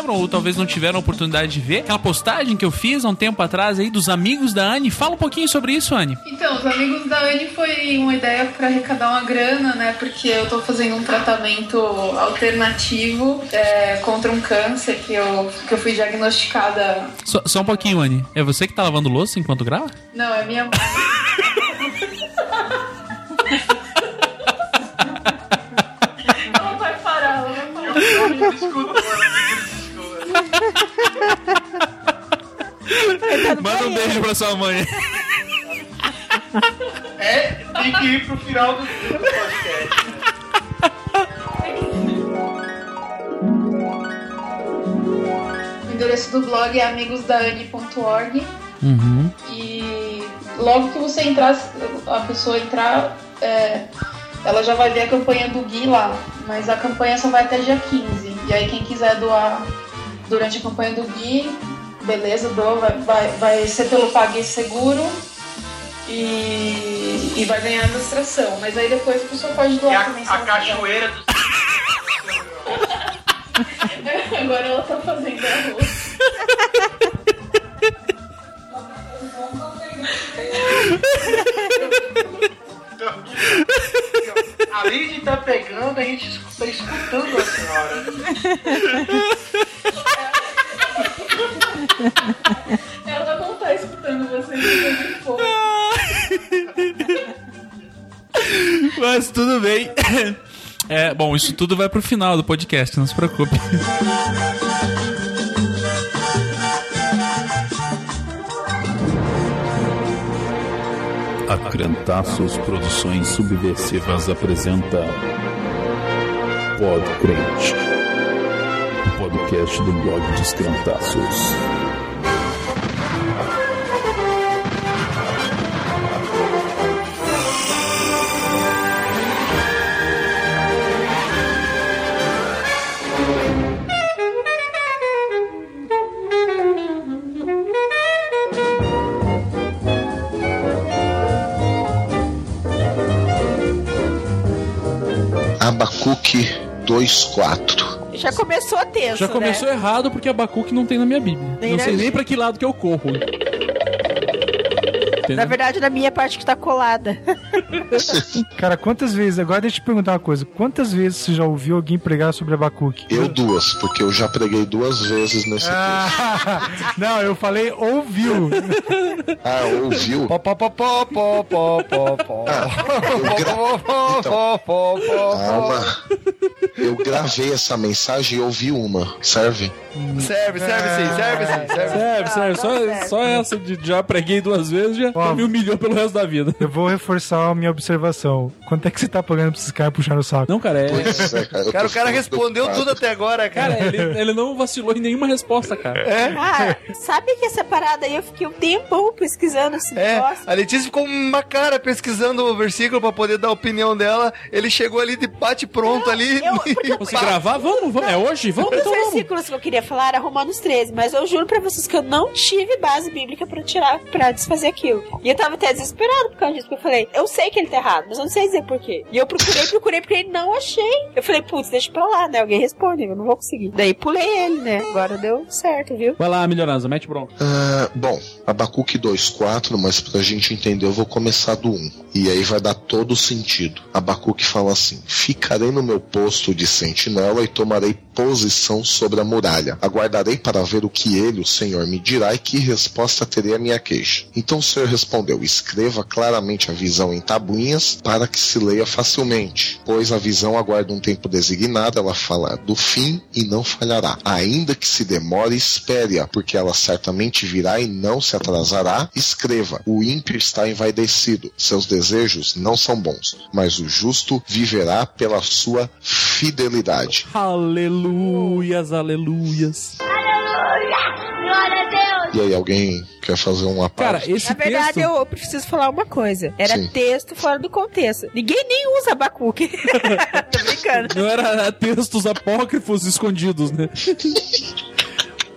lembram, ou talvez não tiveram a oportunidade de ver, aquela postagem que eu fiz há um tempo atrás aí dos amigos da Anne. Fala um pouquinho sobre isso, Anne. Então, os amigos da Anne foi uma ideia para arrecadar uma grana, né? Porque eu tô fazendo um tratamento alternativo contra um câncer que eu fui diagnosticada. Só um pouquinho, Anne. É você que tá lavando louça enquanto grava? Não, é minha mãe. Ela vai parar. Desculpa. Manda um beijo pra sua mãe. Tem que ir pro final do podcast. O endereço do blog é amigosdaanne.org. Uhum. E logo que você entrar, a pessoa entrar, ela já vai ver a campanha do Gui lá. Mas a campanha só vai até dia 15. E aí quem quiser doar durante a campanha do Gui, beleza, doa, vai ser pelo PagSeguro e vai ganhar a administração. Mas aí depois a pessoa pode doar também. A cachoeira do... Agora ela tá fazendo arroz. Além de estar pegando, a gente está escutando a senhora. Ela não tá escutando vocês de fora. Mas tudo bem. Bom, isso tudo vai pro final do podcast, não se preocupe. A Crentaços Produções Subversivas apresenta Podcrente, o podcast do blog dos Crentaços. Abacuque 2:4. Já começou a tenso, Já começou errado porque Abacuque não tem na minha Bíblia. Não sei nem pra que lado que eu corro. Entendeu? Na verdade, na minha parte que tá colada. Cara, quantas vezes, agora deixa eu te perguntar uma coisa, quantas vezes você já ouviu alguém pregar sobre Abacuque? Eu 2, porque eu já preguei 2 vezes nesse texto. Não, eu falei ouviu. Ouviu? Calma. Eu gravei essa mensagem e ouvi uma. Serve? Serve sim. Só essa de já preguei 2 vezes já me humilhou pelo resto da vida. Eu vou reforçar a minha observação. Quanto é que você tá pagando pra esses caras puxar no saco? Não, cara, Cara, o cara respondeu tudo até agora, cara. Ele não vacilou em nenhuma resposta, cara. Ah, sabe que essa parada aí eu fiquei um tempão pesquisando esse negócio? A Letícia ficou uma cara pesquisando o versículo pra poder dar a opinião dela. Ele chegou ali de bate pronto ali. Você gravar? Vamos. É hoje? Vamos, Um dos então vamos. versículos que eu queria falar era Romanos 13, mas eu juro pra vocês que eu não tive base bíblica pra tirar, pra desfazer aquilo. E eu tava até desesperado por causa disso, porque eu falei, eu sei que ele tá errado, mas eu não sei dizer por quê. E eu procurei e não achei. Eu falei, putz, deixa pra lá, né? Alguém responde, eu não vou conseguir. Daí pulei ele, né? Agora deu certo, viu? Vai lá, Milionário, mete bronca. Bom, Abacuque 2:4, mas pra gente entender eu vou começar do 1. E aí vai dar todo o sentido. Abacuque fala assim: ficarei no meu posto de sentinela e tomarei posição sobre a muralha. Aguardarei para ver o que ele, o Senhor, me dirá e que resposta terei à minha queixa. Então o Senhor respondeu: escreva claramente a visão em tabuinhas para que se leia facilmente, pois a visão aguarda um tempo designado, ela fala do fim e não falhará. Ainda que se demore, espere-a, porque ela certamente virá e não se atrasará. Escreva: o ímpio está envaidecido, seus desejos não são bons, mas o justo viverá pela sua fidelidade. Aleluias, aleluias. Glória a Deus! E aí, alguém quer fazer uma parte? Cara, esse Na verdade, texto... eu preciso falar uma coisa. Era Sim. texto fora do contexto. Ninguém nem usa Abacuque. Tô brincando. Não era textos apócrifos escondidos, né?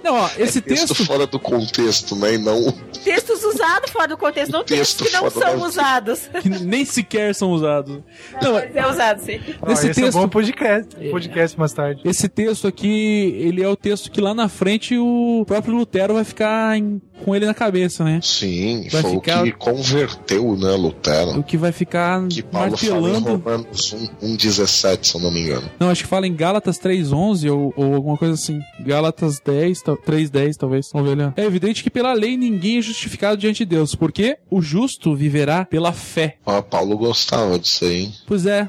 Não, ó, esse texto fora do contexto, né? E não... Textos usados fora do contexto, não textos que não são usados. Que nem sequer são usados. Não, mas é usado, sim. Esse texto... é um bom podcast mais tarde. Esse texto aqui, ele é o texto que lá na frente o próprio Lutero vai ficar com ele na cabeça, né? Sim, vai foi ficar... o que converteu, né, Lutero. O que vai ficar que Paulo martelando... fala em Romanos 1,17, se eu não me engano. Não, acho que fala em Gálatas 3,11 ou alguma coisa assim. Gálatas 3,10 talvez. Vamos ver ali. É evidente que pela lei ninguém é justificado diante de Deus, porque o justo viverá pela fé. Ó, Paulo gostava disso aí, hein? Pois é.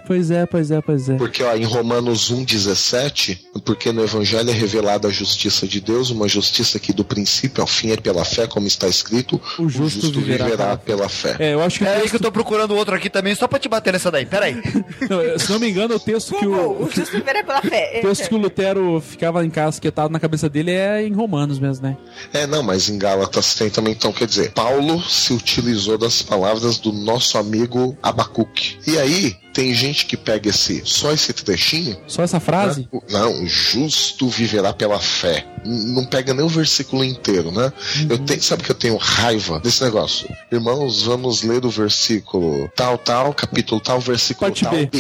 Porque, ó, em Romanos 1,17, porque no Evangelho é revelada a justiça de Deus, uma justiça que do princípio ao fim é pela fé, como está escrito, o justo viverá pela fé. É, eu acho que aí que eu tô procurando outro aqui também, só pra te bater nessa daí, peraí. Não, se não me engano, o texto que o justo viverá pela fé. O texto que o Lutero ficava encasquetado na cabeça dele é em Romanos mesmo, né? Não, mas em Gálatas tem também, então, quer dizer, Paulo se utilizou das palavras do nosso amigo Abacuque. E aí, tem gente que pega só esse trechinho. Só essa frase? Não, justo viverá pela fé. Não pega nem o versículo inteiro, né? Sabe que eu tenho raiva desse negócio? Irmãos, vamos ler o versículo tal, capítulo tal, versículo tal. B.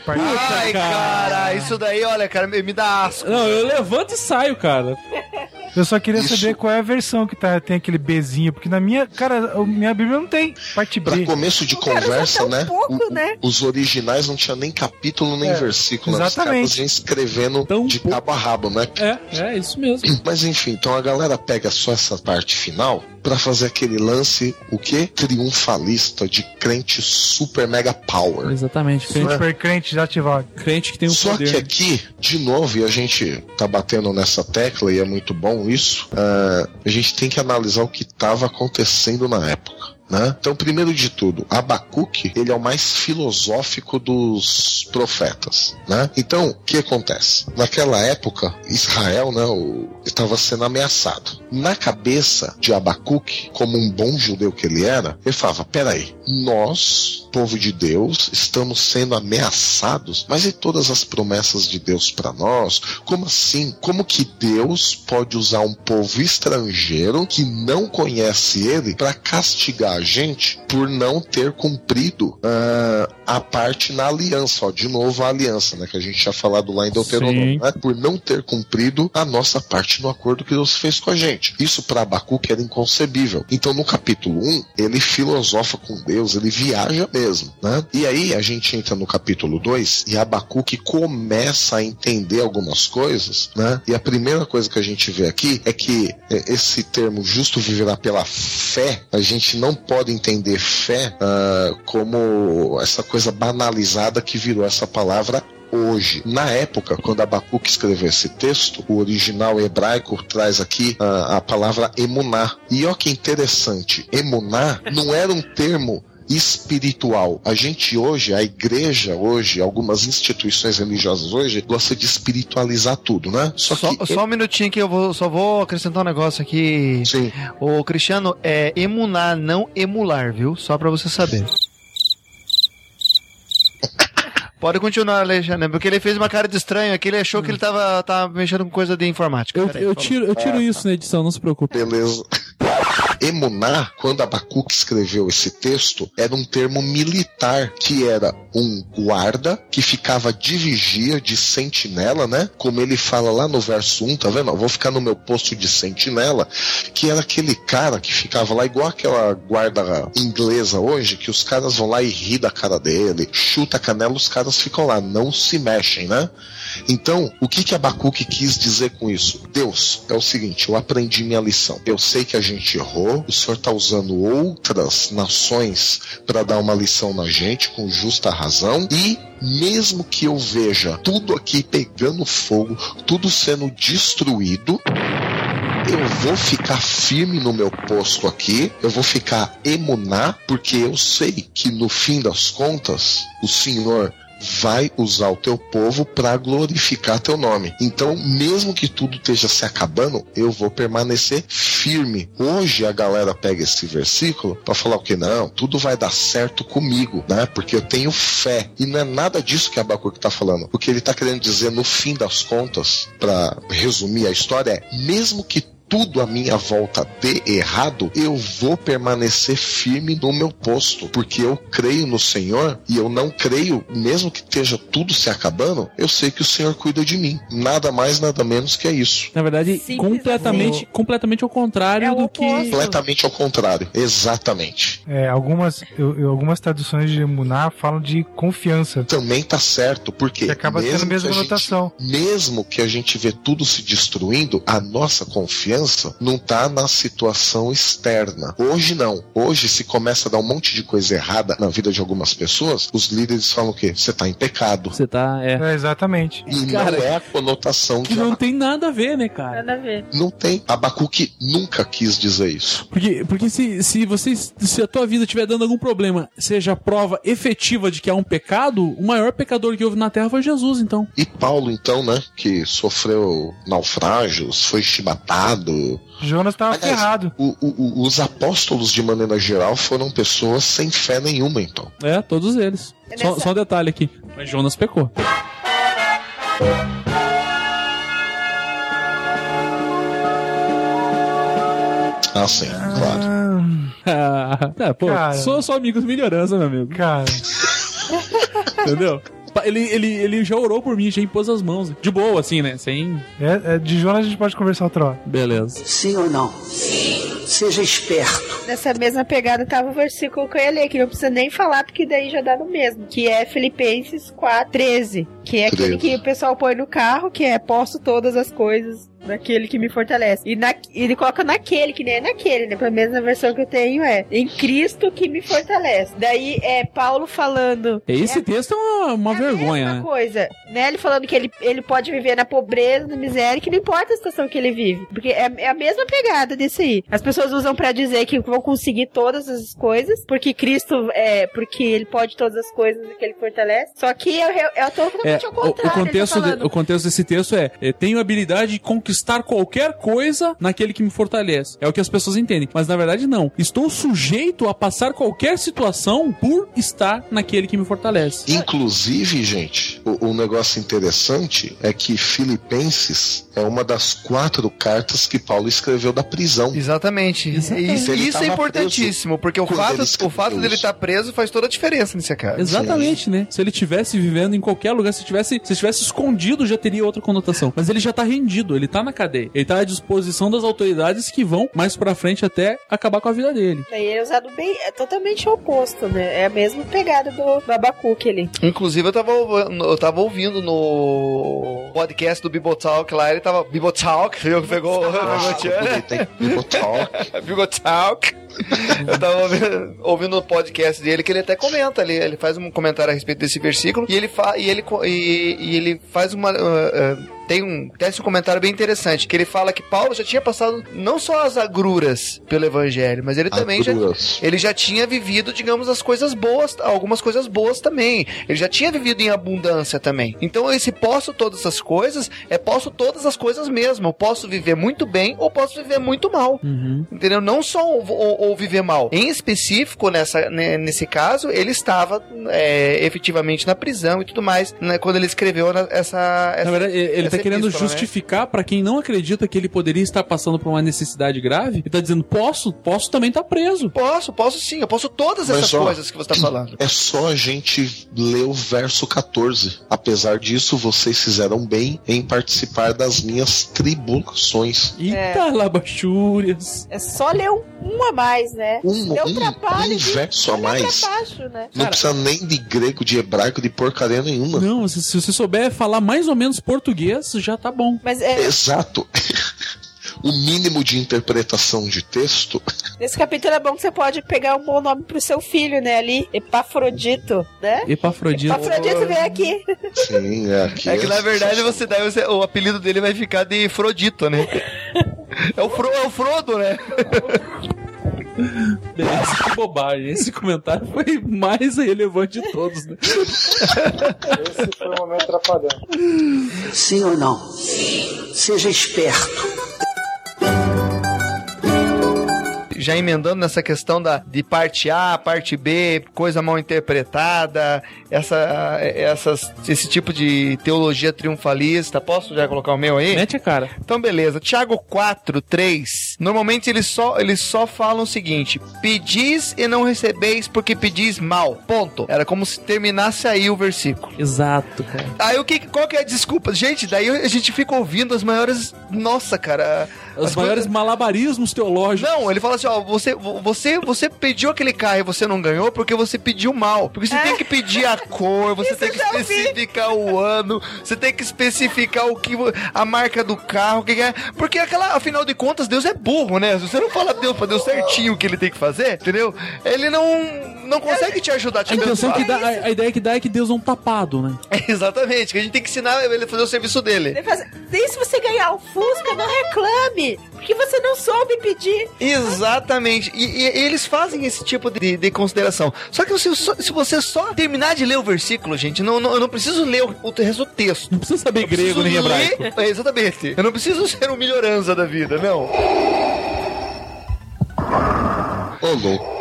Ai, cara, isso daí, olha, cara, me dá asco. Não, eu levanto e saio, cara. Eu só queria saber qual é a versão que tem aquele Bzinho, porque na minha Bíblia não tem parte B. Pra começo de conversa, né? Né? Os originais não tinham nem capítulo, nem versículo. Exatamente. Os caras iam escrevendo de cabo a rabo, né? É isso mesmo. Mas enfim, então a galera pega só essa parte final pra fazer aquele lance, o quê? Triunfalista de crente super mega power. Exatamente. Super crente já ativado. Crente que tem um poder. Só que aqui, de novo, e a gente tá batendo nessa tecla e é muito bom isso, a gente tem que analisar o que estava acontecendo na época. Né? Então, primeiro de tudo, Abacuque, ele é o mais filosófico dos profetas, né? Então, o que acontece? Naquela época, Israel, né, estava sendo ameaçado. Na cabeça de Abacuque, como um bom judeu que ele era, ele falava, peraí, nós, povo de Deus, estamos sendo ameaçados, mas e todas as promessas de Deus para nós? Como assim? Como que Deus pode usar um povo estrangeiro que não conhece ele para castigar a gente por não ter cumprido a parte na aliança, ó, de novo a aliança, né, que a gente tinha falado lá em Deuteronômio, né, por não ter cumprido a nossa parte no acordo que Deus fez com a gente. Isso para Abacuque era inconcebível. Então no capítulo 1, ele filosofa com Deus, ele viaja mesmo, né? E aí a gente entra no capítulo 2 e Abacuque começa a entender algumas coisas, né? E a primeira coisa que a gente vê aqui é que esse termo justo viverá pela fé, a gente não pode entender fé como essa coisa banalizada que virou essa palavra hoje. Na época, quando Abacuque escreveu esse texto, o original hebraico traz aqui a palavra emuná. E olha que interessante, emuná não era um termo espiritual. A gente hoje, a igreja hoje, algumas instituições religiosas hoje, gosta de espiritualizar tudo, né? Só um minutinho que só vou acrescentar um negócio aqui. Sim. O Cristiano, é emunar, não emular, viu? Só pra você saber. Pode continuar, Alexandre, porque ele fez uma cara de estranho aqui, ele achou que ele tava mexendo com coisa de informática. Eu tiro isso na edição, não se preocupe. Beleza. Emuná, quando Abacuque escreveu esse texto, era um termo militar, que era um guarda que ficava de vigia, de sentinela, né? Como ele fala lá no verso 1, tá vendo? Eu vou ficar no meu posto de sentinela, que era aquele cara que ficava lá, igual aquela guarda inglesa hoje, que os caras vão lá e ri da cara dele, chuta a canela, os caras ficam lá, não se mexem, né? Então, o que Abacuque quis dizer com isso? Deus, é o seguinte, eu aprendi minha lição. Eu sei que a gente errou, o Senhor está usando outras nações para dar uma lição na gente, com justa razão, e mesmo que eu veja tudo aqui pegando fogo, tudo sendo destruído, eu vou ficar firme no meu posto aqui, eu vou ficar emuná, porque eu sei que no fim das contas, o Senhor vai usar o teu povo para glorificar teu nome. Então, mesmo que tudo esteja se acabando, eu vou permanecer firme. Hoje a galera pega esse versículo para falar o que? Não, tudo vai dar certo comigo, né? Porque eu tenho fé. E não é nada disso que Abacuque está falando. O que ele está querendo dizer no fim das contas, para resumir a história, é mesmo que tudo à minha volta dê errado, eu vou permanecer firme no meu posto, porque eu creio no Senhor e eu não creio, mesmo que esteja tudo se acabando, eu sei que o Senhor cuida de mim. Nada mais, nada menos que é isso. Na verdade, completamente ao contrário do que... Completamente ao contrário, exatamente. Algumas traduções de Emuná falam de confiança. Também tá certo, porque que acaba tendo a mesma conotação. Mesmo que a gente vê tudo se destruindo, a nossa confiança não tá na situação externa. Hoje não. Hoje, se começa a dar um monte de coisa errada na vida de algumas pessoas, os líderes falam o quê? Você tá em pecado. Você tá, exatamente. E cara, não é a conotação que não tem nada a ver, né, cara? Nada a ver. Não tem. Abacuque nunca quis dizer isso. Porque se a tua vida estiver dando algum problema, seja a prova efetiva de que há um pecado, o maior pecador que houve na Terra foi Jesus, então. E Paulo, então, né, que sofreu naufrágios, foi chibatado. Jonas estava ferrado. Os apóstolos, de maneira geral, foram pessoas sem fé nenhuma, então. Todos eles. Só um detalhe aqui. Mas Jonas pecou. Ah, sim, claro. Pô, sou amigos melhorança, meu amigo. Cara. Entendeu? Ele já orou por mim, já impôs as mãos. De boa, assim, né? Sem... De Jonas a gente pode conversar outra hora. Beleza. Sim ou não? Sim. Seja esperto. Nessa mesma pegada tava o versículo que eu ia ler, que não precisa nem falar, porque daí já dá no mesmo. Que é Filipenses 4:13. Que é aquele que o pessoal põe no carro, que é posso todas as coisas naquele que me fortalece. E ele coloca naquele, que nem é naquele, né? Pelo menos na versão que eu tenho em Cristo que me fortalece. Daí é Paulo falando... Esse texto é uma vergonha, né? Coisa, né? Ele falando que ele pode viver na pobreza, na miséria, que não importa a situação que ele vive. Porque é a mesma pegada desse aí. As pessoas usam pra dizer que vão conseguir todas as coisas, porque Cristo porque ele pode todas as coisas que ele fortalece. Só que eu tô totalmente ao contrário. O contexto desse texto tenho a habilidade de conquistar qualquer coisa naquele que me fortalece. É o que as pessoas entendem. Mas na verdade não. Estou sujeito a passar qualquer situação por estar naquele que me fortalece. Inclusive, gente, um negócio interessante é que Filipenses é uma das 4 cartas que Paulo escreveu da prisão. Exatamente. Isso é importantíssimo, porque o fato dele estar preso faz toda a diferença nesse caso. Exatamente, né? Se ele estivesse vivendo em qualquer lugar, se estivesse escondido, já teria outra conotação. Mas ele já tá rendido, ele tá na cadeia. Ele tá à disposição das autoridades que vão mais pra frente até acabar com a vida dele. E ele é usado bem, é totalmente o oposto, né? É a mesma pegada do Abacuque ali. Inclusive, eu tava ouvindo no podcast do Bibotalk lá, ele tava... Bibotalk, pegou Bibotalk. Eu tava ouvindo o podcast dele, que ele até comenta ali, ele faz um comentário a respeito desse versículo, e ele faz uma... tece um comentário bem interessante, que ele fala que Paulo já tinha passado não só as agruras pelo evangelho, mas ele também já tinha vivido, digamos, as coisas boas, algumas coisas boas também. Ele já tinha vivido em abundância também. Então esse posso todas as coisas, posso todas as coisas mesmo. Eu posso viver muito bem ou posso viver muito mal. Entendeu? Não só ou viver mal. Em específico, nesse caso, ele estava efetivamente na prisão e tudo mais, né, quando ele escreveu essa na verdade, ele tá querendo justificar, né? Pra quem não acredita que ele poderia estar passando por uma necessidade grave, ele tá dizendo, posso também estar preso. Posso sim, eu posso todas essas coisas que você tá falando. É só a gente ler o verso 14. Apesar disso, vocês fizeram bem em participar das minhas tribulações. Eita, labachúrias. É só ler um a mais, né? Um verso a mais. Baixo, né? Não precisa nem de grego, de hebraico, de porcaria nenhuma. Não, se você souber falar mais ou menos português, já tá bom. Mas Exato. O mínimo de interpretação de texto. Nesse capítulo é bom que você pode pegar um bom nome pro seu filho, né? Ali, Epafrodito, né? Epafrodito vem aqui. Sim, aqui. É que na verdade o apelido dele vai ficar de Frodito, né? É o Frodo, né? Beleza, que bobagem. Esse comentário foi mais relevante de todos, né? Esse foi um momento atrapalhando. Sim ou não? Sim. Seja esperto. já emendando nessa questão de parte A, parte B, coisa mal interpretada, esse tipo de teologia triunfalista. Posso já colocar o meu aí? Mete a cara. Então, beleza. Tiago 4:3. Normalmente eles só falam o seguinte: pedis e não recebeis porque pedis mal. Ponto. Era como se terminasse aí o versículo. Exato, cara. Aí qual que é a desculpa? Gente, daí a gente fica ouvindo as maiores... Nossa, cara... Os maiores malabarismos teológicos. Não, ele fala assim, ó, você pediu aquele carro e você não ganhou porque você pediu mal. Porque você tem que pedir a cor, você tem que especificar o ano, você tem que especificar a marca do carro, o que é. Porque afinal de contas, Deus é burro, né? Se você não fala pra Deus certinho o que ele tem que fazer, entendeu? Ele não consegue te ajudar a te abençoar. A ideia que dá é que Deus é um tapado, né? Exatamente, que a gente tem que ensinar ele a fazer o serviço dele. Nem se você ganhar o Fusca, não reclame. Porque você não soube pedir. Exatamente. E eles fazem esse tipo de consideração. Só que se você só terminar de ler o versículo, gente, eu não preciso ler o resto do texto. Não precisa saber grego nem hebraico. Exatamente. Eu não preciso ser um melhorança da vida, não. Ô, louco.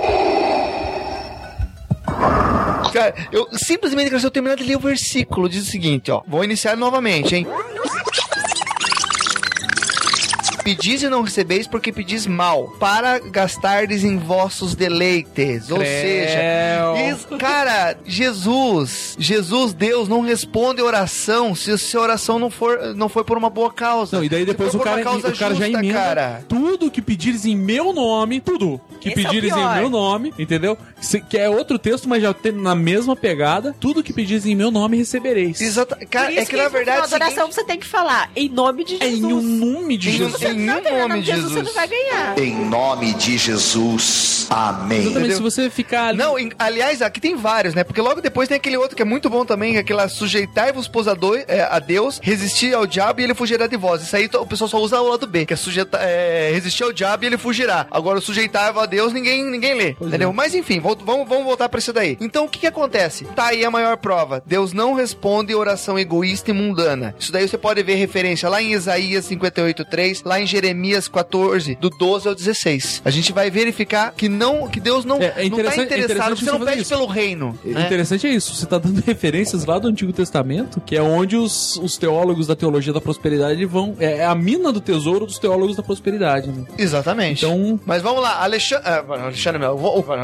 Cara, eu simplesmente, se eu terminar de ler o versículo, diz o seguinte, ó. Vou iniciar novamente, hein? Pedis e não recebeis porque pedis mal, para gastardes em vossos deleites. Ou seja, cara, Jesus, Deus não responde oração se a oração não for por uma boa causa. Não, e daí depois o cara já emenda, cara. Tudo que pedires em meu nome, tudo que pedires em meu nome, entendeu? Que é outro texto, mas já tem na mesma pegada, tudo que pedires em meu nome recebereis. Exato. Cara, é que na verdade na oração você tem que falar em nome de Jesus. Em nome de Jesus. Em nome de Jesus. Você não vai ganhar. Em nome de Jesus. Amém. Exatamente, entendeu? se você ficar ali... Não, aliás, aqui tem vários, né? Porque logo depois tem aquele outro que é muito bom também, que é aquela sujeitai-vos, pois, a Deus, resistir ao diabo e ele fugirá de vós. Isso aí o pessoal só usa o lado B, que é resistir ao diabo e ele fugirá. Agora, sujeitar a Deus, ninguém lê, entendeu? Mas enfim, vamos voltar pra isso daí. Então, o que acontece? Tá aí a maior prova. Deus não responde oração egoísta e mundana. Isso daí você pode ver referência lá em Isaías 58:3, lá em Jeremias 14, do 12 ao 16. A gente vai verificar que Deus não tá interessado, você não pede pelo reino. Interessante é isso, você tá dando referências lá do Antigo Testamento, que é onde os teólogos da teologia da prosperidade vão... É a mina do tesouro dos teólogos da prosperidade, né? Exatamente. Então... Mas vamos lá, Alexandre Mel,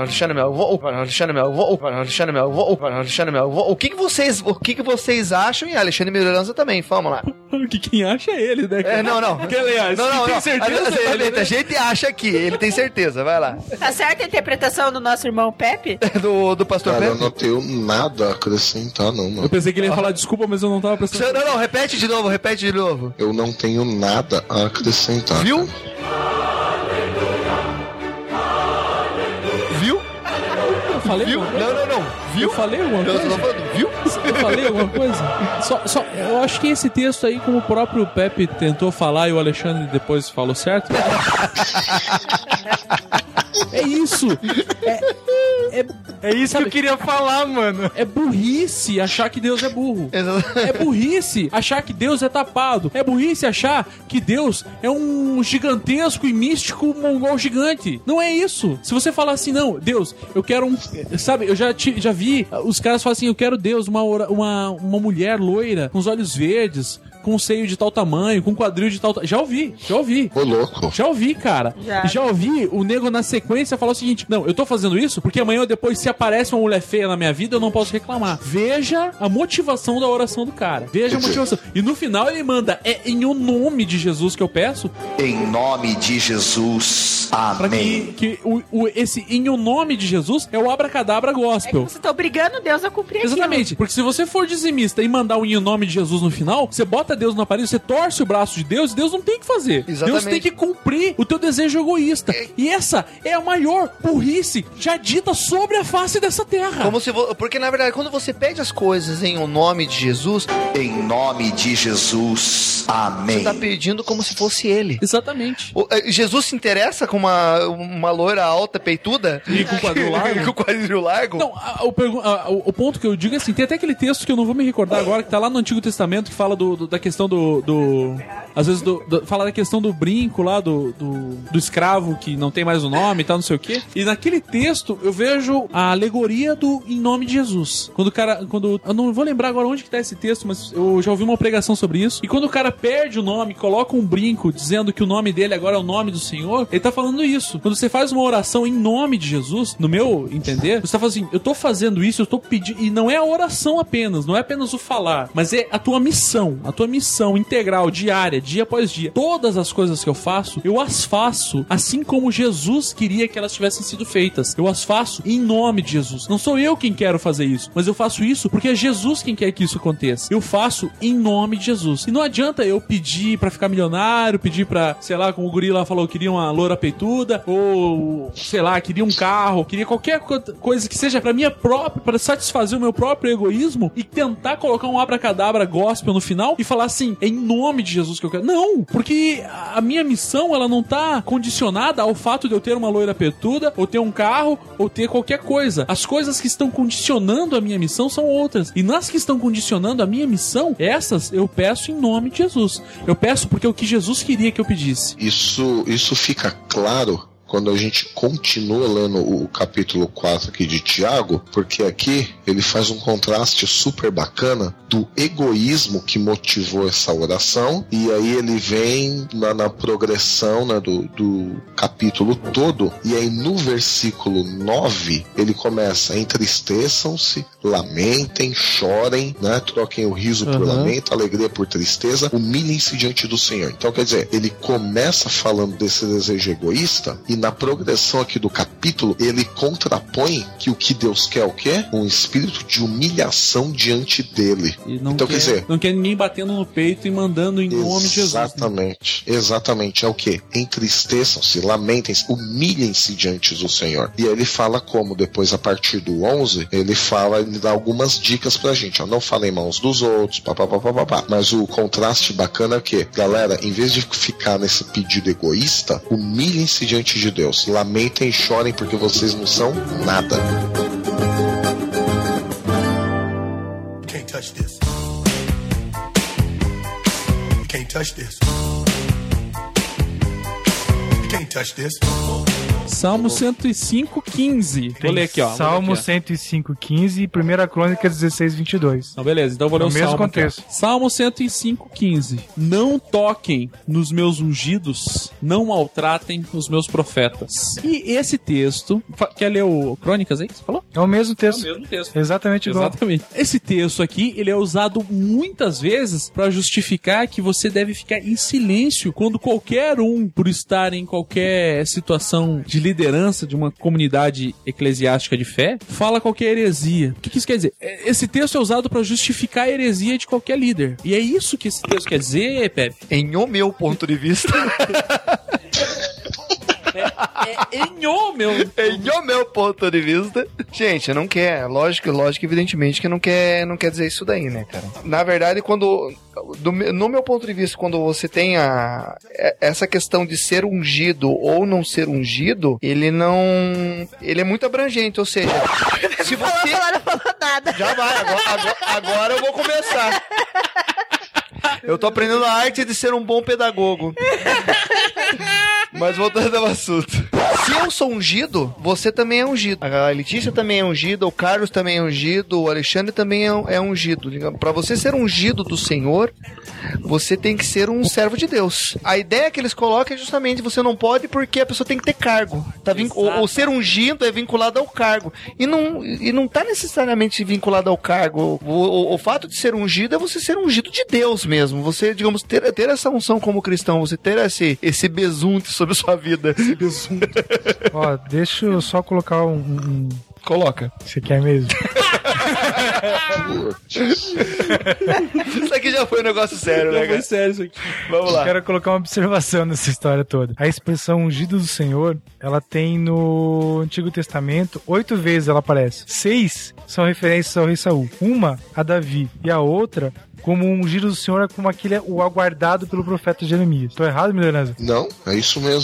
o que vocês acham? E Alexandre Melhorança também, vamos lá. O que quem acha é ele, né? Não. Porque, aliás, não. tem certeza dele, né? A gente acha aqui, ele tem certeza, vai lá. Tá certa a interpretação do nosso irmão Pepe? do pastor Cara, Pepe? eu não tenho nada a acrescentar, não, mano. Eu pensei que ele ia falar desculpa, mas eu não tava prestando. Não, repete de novo. Eu não tenho nada a acrescentar. Viu? Viu? Eu falei Viu? alguma coisa? Não. Viu? Eu falei alguma coisa? Viu? Eu falei alguma coisa? Só, eu acho que esse texto aí, como o próprio Pepe tentou falar e o Alexandre depois falou certo. É isso. É isso, sabe, que eu queria falar, mano. É burrice achar que Deus é burro. É burrice achar que Deus é tapado. É burrice achar que Deus é um gigantesco e místico mongol gigante. Não é isso. Se você falar assim, não, Deus, eu quero um... Sabe, eu já vi os caras falam assim, eu quero Deus, uma mulher loira, com os olhos verdes, com um seio de tal tamanho, com um quadril de tal... Já ouvi. Ô, louco. Já ouvi, cara. Já ouvi o nego na sequência falar o seguinte, não, eu tô fazendo isso porque amanhã ou depois, se aparece uma mulher feia na minha vida, eu não posso reclamar. Veja a motivação da oração do cara. Veja a motivação. E no final ele manda, é em o nome de Jesus que eu peço. Em nome de Jesus. Amém. Pra que esse em o nome de Jesus é o abracadabra gospel. É que você tá obrigando Deus a cumprir aquilo. Exatamente. Porque se você for dizimista e mandar o em o nome de Jesus no final, você bota Deus na parede, você torce o braço de Deus e Deus não tem o que fazer. Exatamente. Deus tem que cumprir o teu desejo egoísta. E essa é a maior burrice já dita sobre a face dessa terra. Porque, na verdade, quando você pede as coisas em o nome de Jesus... Em nome de Jesus. Amém. Você tá pedindo como se fosse ele. Exatamente. Jesus se interessa com uma loira alta, peituda? E com quadril largo? Com quadril largo? Não, o ponto que eu digo é assim, tem até aquele texto que eu não vou me recordar agora, que tá lá no Antigo Testamento, que fala da questão às vezes, fala da questão do brinco lá, do escravo que não tem mais o nome e tal, não sei o quê. E naquele texto eu vejo a alegoria do em nome de Jesus. Eu não vou lembrar agora onde que tá esse texto, mas eu já ouvi uma pregação sobre isso. E quando o cara perde o nome, coloca um brinco dizendo que o nome dele agora é o nome do Senhor, ele tá falando isso. Quando você faz uma oração em nome de Jesus, no meu entender, você tá falando assim, eu tô fazendo isso, eu tô pedindo, e não é a oração apenas, não é apenas o falar, mas é a tua missão integral, diária, dia após dia. Todas as coisas que eu faço, eu as faço assim como Jesus queria que elas tivessem sido feitas. Eu as faço em nome de Jesus. Não sou eu quem quero fazer isso, mas eu faço isso porque é Jesus quem quer que isso aconteça. Eu faço em nome de Jesus. E não adianta eu pedir pra ficar milionário, pedir pra, sei lá, como o guri lá falou, queria uma loura peituda, ou, sei lá, queria um carro, queria qualquer coisa que seja pra minha própria, pra satisfazer o meu próprio egoísmo e tentar colocar um abracadabra gospel no final e falar assim, é em nome de Jesus que eu quero. Não, porque a minha missão, ela não tá condicionada ao fato de eu ter uma loira peituda, ou ter um carro, ou ter qualquer coisa. As coisas que estão condicionando a minha missão são outras. E nas que estão condicionando a minha missão, essas eu peço em nome de Jesus. Eu peço porque é o que Jesus queria que eu pedisse. Isso fica claro quando a gente continua lendo o capítulo 4 aqui de Tiago, porque aqui ele faz um contraste super bacana do egoísmo que motivou essa oração, e aí ele vem na progressão, né, do capítulo todo, e aí no versículo 9 ele começa: entristeçam-se, lamentem, chorem, né, troquem o riso por lamento, alegria por tristeza, humilhem-se diante do Senhor. Então, quer dizer, ele começa falando desse desejo egoísta, e na progressão aqui do capítulo, ele contrapõe que o que Deus quer é o quê? Um espírito de humilhação diante dele. Então, quer dizer, não quer ninguém batendo no peito e mandando em nome de Jesus. Exatamente. Né? Exatamente. É o quê? Entristeçam-se, lamentem-se, humilhem-se diante do Senhor. E aí ele fala como? Depois, a partir do 11, ele dá algumas dicas pra gente. Ó, não falem mal uns dos outros, papapá. Mas o contraste bacana é o quê? Galera, em vez de ficar nesse pedido egoísta, humilhem-se diante de Deus. Lamentem e chorem porque vocês não são nada. Can't touch this. Can't touch this. Can't touch this. Salmo 105:15. Vou ler aqui, ó. Salmo 105:15 e 1 Crônicas 16:22. Então, beleza. Então eu vou ler o mesmo Salmo contexto. Aqui, Salmo 105:15. Não toquem nos meus ungidos, não maltratem os meus profetas. E esse texto... Quer ler o Crônicas aí que você falou? É o mesmo texto. É o mesmo texto. Exatamente igual. Exatamente. Esse texto aqui, ele é usado muitas vezes para justificar que você deve ficar em silêncio quando qualquer um, por estar em qualquer situação de liderança de uma comunidade eclesiástica de fé, fala qualquer heresia. O que isso quer dizer? Esse texto é usado para justificar a heresia de qualquer líder. E é isso que esse texto quer dizer, Pepe? Em o meu ponto de vista... Em o meu ponto de vista. Gente, não quer. Lógico, evidentemente que não quer dizer isso daí, né, cara? Na verdade, no meu ponto de vista, quando você tem essa questão de ser ungido ou não ser ungido, ele é muito abrangente, ou seja, se você... Não falou nada. Já vai, agora eu vou começar. Eu tô aprendendo a arte de ser um bom pedagogo. Mas voltando ao assunto. Se eu sou ungido, você também é ungido. A Letícia também é ungida, o Carlos também é ungido, o Alexandre também é ungido. Para você ser ungido do Senhor, você tem que ser um servo de Deus. A ideia que eles colocam é justamente você não pode porque a pessoa tem que ter cargo. O ser ungido é vinculado ao cargo. E não tá necessariamente vinculado ao cargo. O fato de ser ungido é você ser ungido de Deus mesmo. Você, digamos, ter essa unção como cristão, você ter esse besunte sobre a sua vida. Esse besunte. Ó, deixa eu só colocar um... Coloca. Você quer mesmo? Isso aqui já foi um negócio sério, né, cara? Foi sério isso aqui. Vamos lá. Eu quero colocar uma observação nessa história toda. A expressão ungido do Senhor, ela tem no Antigo Testamento, 8 vezes ela aparece. 6 são referências ao rei Saul. Uma a Davi e a outra como um ungido do Senhor, como o aguardado pelo profeta Jeremias. Tô errado, Milanese? Não, é isso mesmo.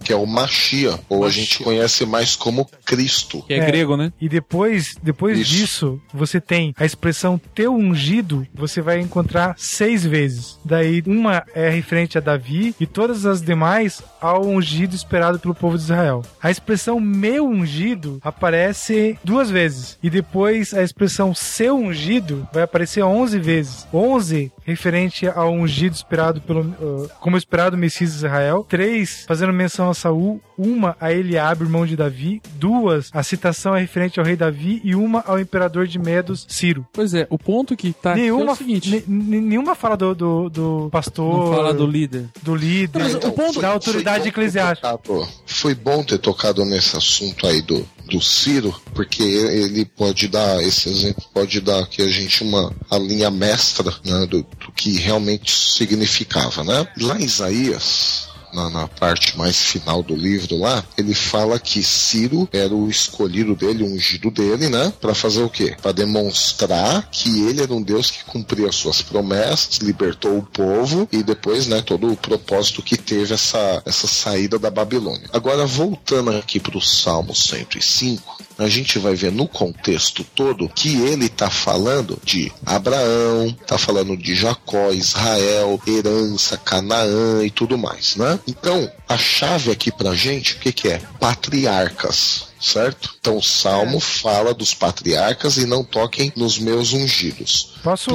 que é o Mashiach, ou a gente conhece mais como Cristo. Que é grego, né? E depois disso, você tem a expressão teu ungido, você vai encontrar 6 vezes. Daí, uma é referente a Davi e todas as demais ao ungido esperado pelo povo de Israel. A expressão meu ungido aparece 2 vezes. E depois a expressão seu ungido vai aparecer 11 vezes. 11 referente ao ungido esperado como esperado Messias de Israel. 3 fazendo menção a Saul. 1 a Eliabe, irmão de Davi. 2 a citação é referente ao rei Davi. E 1 ao imperador de Medos, Ciro. Pois é, o ponto que tá aqui é o seguinte... Nenhuma fala do pastor... Não fala do líder. Do líder, o ponto da autoridade eclesiástica. Foi bom ter tocado nesse assunto aí do Ciro, porque ele pode dar, esse exemplo pode dar aqui a gente a linha mestra, né, do que realmente significava, né? Lá em Isaías, na parte mais final do livro lá, ele fala que Ciro era o escolhido dele, o ungido dele, né? Pra fazer o quê? Pra demonstrar que ele era um Deus que cumpria suas promessas, libertou o povo e depois, né, todo o propósito que teve essa saída da Babilônia. Agora, voltando aqui pro Salmo 105, a gente vai ver no contexto todo que ele tá falando de Abraão, tá falando de Jacó, Israel, herança, Canaã e tudo mais, né? Então, a chave aqui pra gente, o que é? Patriarcas. Certo? Então o Salmo fala dos patriarcas e não toquem nos meus ungidos.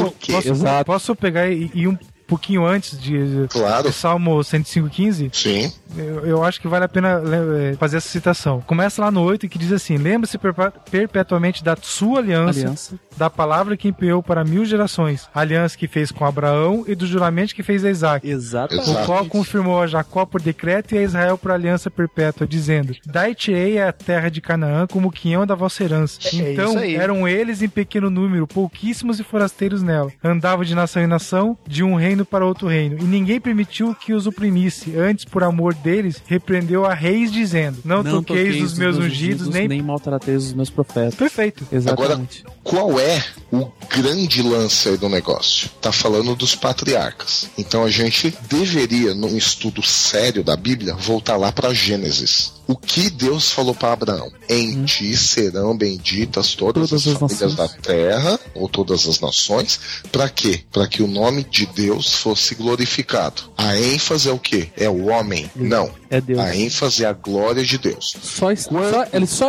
Posso pegar e ir um pouquinho antes de Salmo 105:15? Sim. Eu acho que vale a pena fazer essa citação. Começa lá no 8 que diz assim: lembre-se perpetuamente da sua aliança, da palavra que empenhou para 1000 gerações, a aliança que fez com Abraão e do juramento que fez a Isaac. Exatamente. O qual confirmou a Jacó por decreto e a Israel por aliança perpétua, dizendo: dai-te-ei a terra de Canaã como quinhão da vossa herança. Então eram eles em pequeno número, pouquíssimos e forasteiros nela. Andavam de nação em nação, de um reino para outro reino, e ninguém permitiu que os oprimisse. Antes, por amor deles, repreendeu a reis, dizendo: não toqueis os meus ungidos, nem maltrateis os meus profetas. Perfeito. Exatamente. Agora, qual é o grande lance aí do negócio? Tá falando dos patriarcas. Então a gente deveria, num estudo sério da Bíblia, voltar lá para Gênesis. O que Deus falou para Abraão? Em ti serão benditas todas as famílias da terra, ou todas as nações. Para quê? Para que o nome de Deus fosse glorificado. A ênfase é o quê? É o homem? Não. É Deus. A ênfase é a glória de Deus. Eles só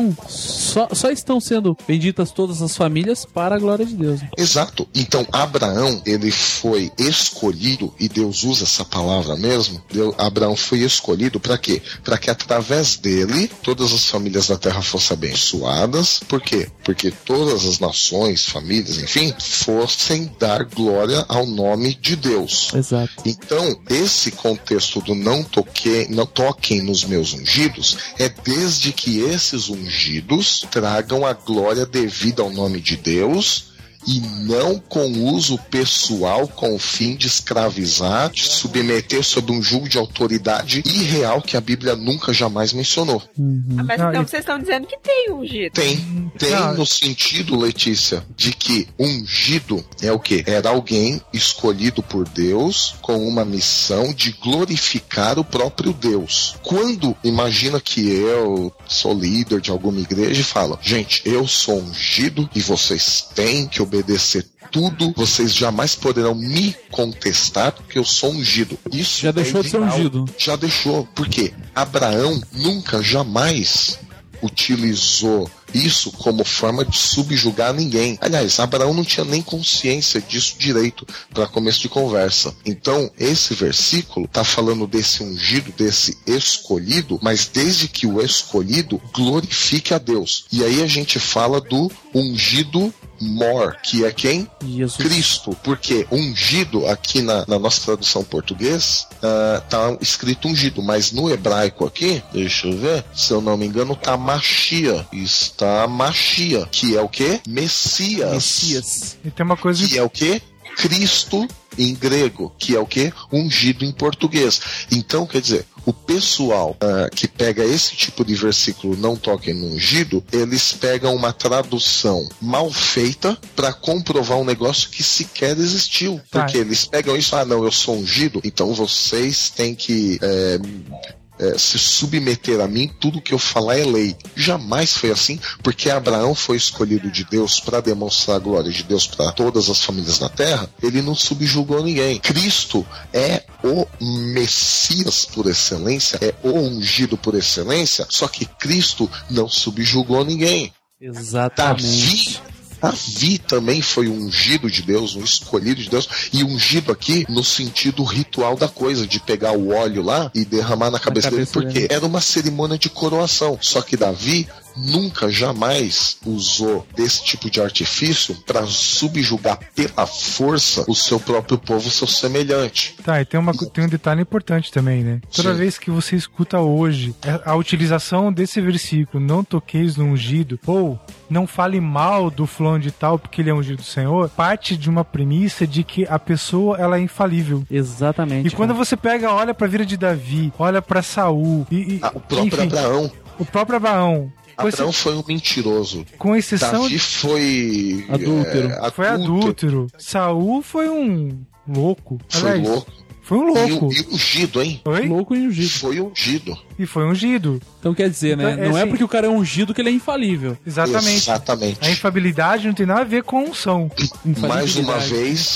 estão sendo benditas todas as famílias para a glória de Deus. Exato. Então Abraão, ele foi escolhido, e Deus usa essa palavra mesmo. Abraão foi escolhido para quê? Para que através dele todas as famílias da terra fossem abençoadas. Por quê? Porque todas as nações, famílias, enfim, fossem dar glória ao nome de Deus. Exato. Então, esse contexto do não toquem nos meus ungidos é desde que esses ungidos tragam a glória devida ao nome de Deus, e não com uso pessoal com o fim de escravizar, de submeter sob um jugo de autoridade irreal que a Bíblia nunca jamais mencionou. Mas então vocês estão dizendo que tem ungido. Tem no sentido, Letícia, de que ungido é o quê? Era alguém escolhido por Deus com uma missão de glorificar o próprio Deus. Quando imagina que eu sou líder de alguma igreja e falo: gente, eu sou ungido e vocês têm que obedecer tudo, vocês jamais poderão me contestar porque eu sou ungido. Isso já deixou de ser ungido. Já deixou, porque Abraão nunca, jamais utilizou isso como forma de subjugar ninguém. Aliás, Abraão não tinha nem consciência disso direito para começo de conversa. Então, esse versículo tá falando desse ungido, desse escolhido, mas desde que o escolhido glorifique a Deus. E aí a gente fala do ungido mor, que é quem? Jesus. Cristo. Porque ungido, aqui na nossa tradução português, tá escrito ungido, mas no hebraico aqui, deixa eu ver, se eu não me engano, tá Mashiach. Está Mashiach, que é o quê? Messias. E tem uma coisa... Que é o quê? Cristo em grego, que é o quê? Ungido em português. Então, quer dizer, o pessoal que pega esse tipo de versículo, não toquem no ungido, eles pegam uma tradução mal feita para comprovar um negócio que sequer existiu. Porque eles pegam isso: não, eu sou ungido, então vocês têm que se submeter a mim, tudo que eu falar é lei. Jamais foi assim, porque Abraão foi escolhido de Deus para demonstrar a glória de Deus para todas as famílias da terra. Ele não subjugou ninguém. Cristo é o Messias por excelência, é o ungido por excelência, só que Cristo não subjugou ninguém. Exatamente. Davi também foi um ungido de Deus, um escolhido de Deus, e ungido aqui no sentido ritual da coisa, de pegar o óleo lá e derramar na cabeça dele, porque era uma cerimônia de coroação. Só que Davi nunca, jamais usou desse tipo de artifício para subjugar pela força o seu próprio povo, o seu semelhante. Tá, e tem um detalhe importante também, né? Toda vez que você escuta hoje a utilização desse versículo, não toqueis no ungido, ou não fale mal do fulano de tal porque ele é ungido do Senhor, parte de uma premissa de que a pessoa, ela é infalível. Exatamente. E quando você olha pra vida de Davi, olha pra Saul, o próprio Abraão. O próprio Abraão. Abraão foi um mentiroso. Com exceção... Davi foi... adúltero. Foi adúltero. Saul foi um louco. Foi louco. Foi um louco. E ungido, hein? Oi? Louco e ungido. Foi ungido. E foi ungido. Então quer dizer, né? Não é porque o cara é ungido que ele é infalível. Exatamente. A infabilidade não tem nada a ver com unção. Mais uma vez,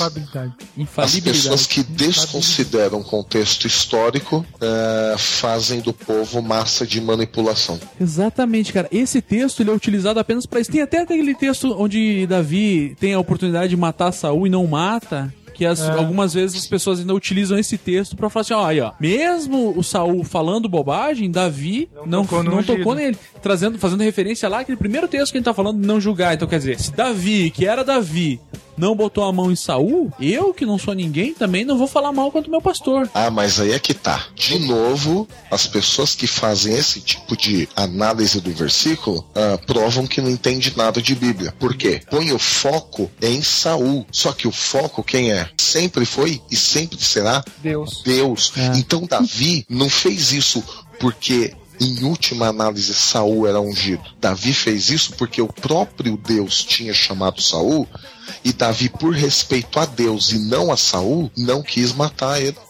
as pessoas que desconsideram o contexto histórico fazem do povo massa de manipulação. Exatamente, cara. Esse texto ele é utilizado apenas para isso. Tem até aquele texto onde Davi tem a oportunidade de matar Saul e não mata. Que algumas vezes as pessoas ainda utilizam esse texto pra falar assim, ó, mesmo o Saul falando bobagem, Davi não tocou nele, fazendo referência lá aquele primeiro texto que a gente tá falando de não julgar. Então quer dizer, se Davi, que era Davi, não botou a mão em Saul, eu, que não sou ninguém, também não vou falar mal contra o meu pastor. Mas aí é que tá. De novo, as pessoas que fazem esse tipo de análise do versículo provam que não entende nada de Bíblia. Por quê? Põe o foco em Saul. Só que o foco, quem é? Sempre foi e sempre será Deus. Então Davi não fez isso porque, em última análise, Saul era ungido. Davi fez isso porque o próprio Deus tinha chamado Saul, e Davi, por respeito a Deus e não a Saul, não quis matar ele.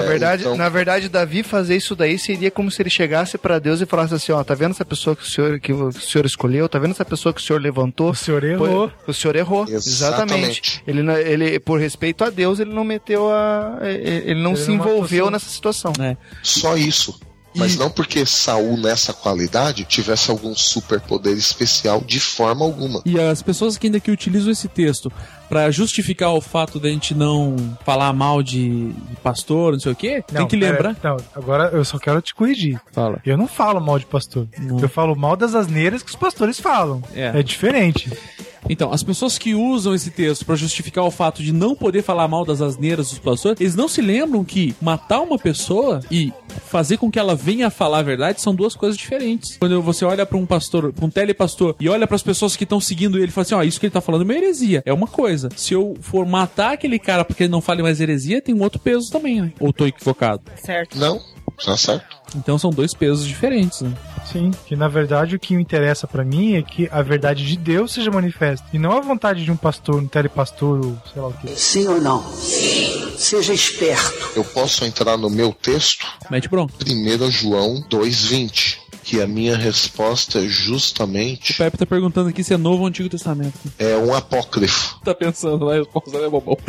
Na verdade, Davi fazer isso daí seria como se ele chegasse pra Deus e falasse assim, ó, tá vendo essa pessoa que o senhor escolheu? Tá vendo essa pessoa que o senhor levantou? O senhor errou. O senhor errou. Exatamente. Ele, por respeito a Deus, ele não meteu ele não se envolveu nessa situação. Só isso. Mas não porque Saul, nessa qualidade, tivesse algum superpoder especial de forma alguma. E as pessoas que ainda que utilizam esse texto pra justificar o fato de a gente não falar mal de pastor, não sei o quê, tem que lembrar. Agora eu só quero te corrigir. Fala. Eu não falo mal de pastor. Eu falo mal das asneiras que os pastores falam. É diferente. Então, as pessoas que usam esse texto pra justificar o fato de não poder falar mal das asneiras dos pastores, eles não se lembram que matar uma pessoa e fazer com que ela venha a falar a verdade são duas coisas diferentes. Quando você olha pra um pastor, pra um telepastor, e olha pras pessoas que estão seguindo ele e fala assim, isso que ele tá falando é uma heresia. É uma coisa. Se eu for matar aquele cara porque ele não fale mais heresia, tem um outro peso também, né? Ou tô equivocado? Certo. Não, tá certo. Então são dois pesos diferentes, né? Sim, que na verdade o que me interessa pra mim é que a verdade de Deus seja manifesta, e não a vontade de um pastor, um telepastor, ou sei lá o quê. Sim ou não? Sim. Seja esperto. Eu posso entrar no meu texto? Mete bronca. 1 João 2,20. Que a minha resposta é justamente... O Pepe tá perguntando aqui se é Novo ou Antigo Testamento. É um apócrifo. Tá pensando lá, a resposta é bobão.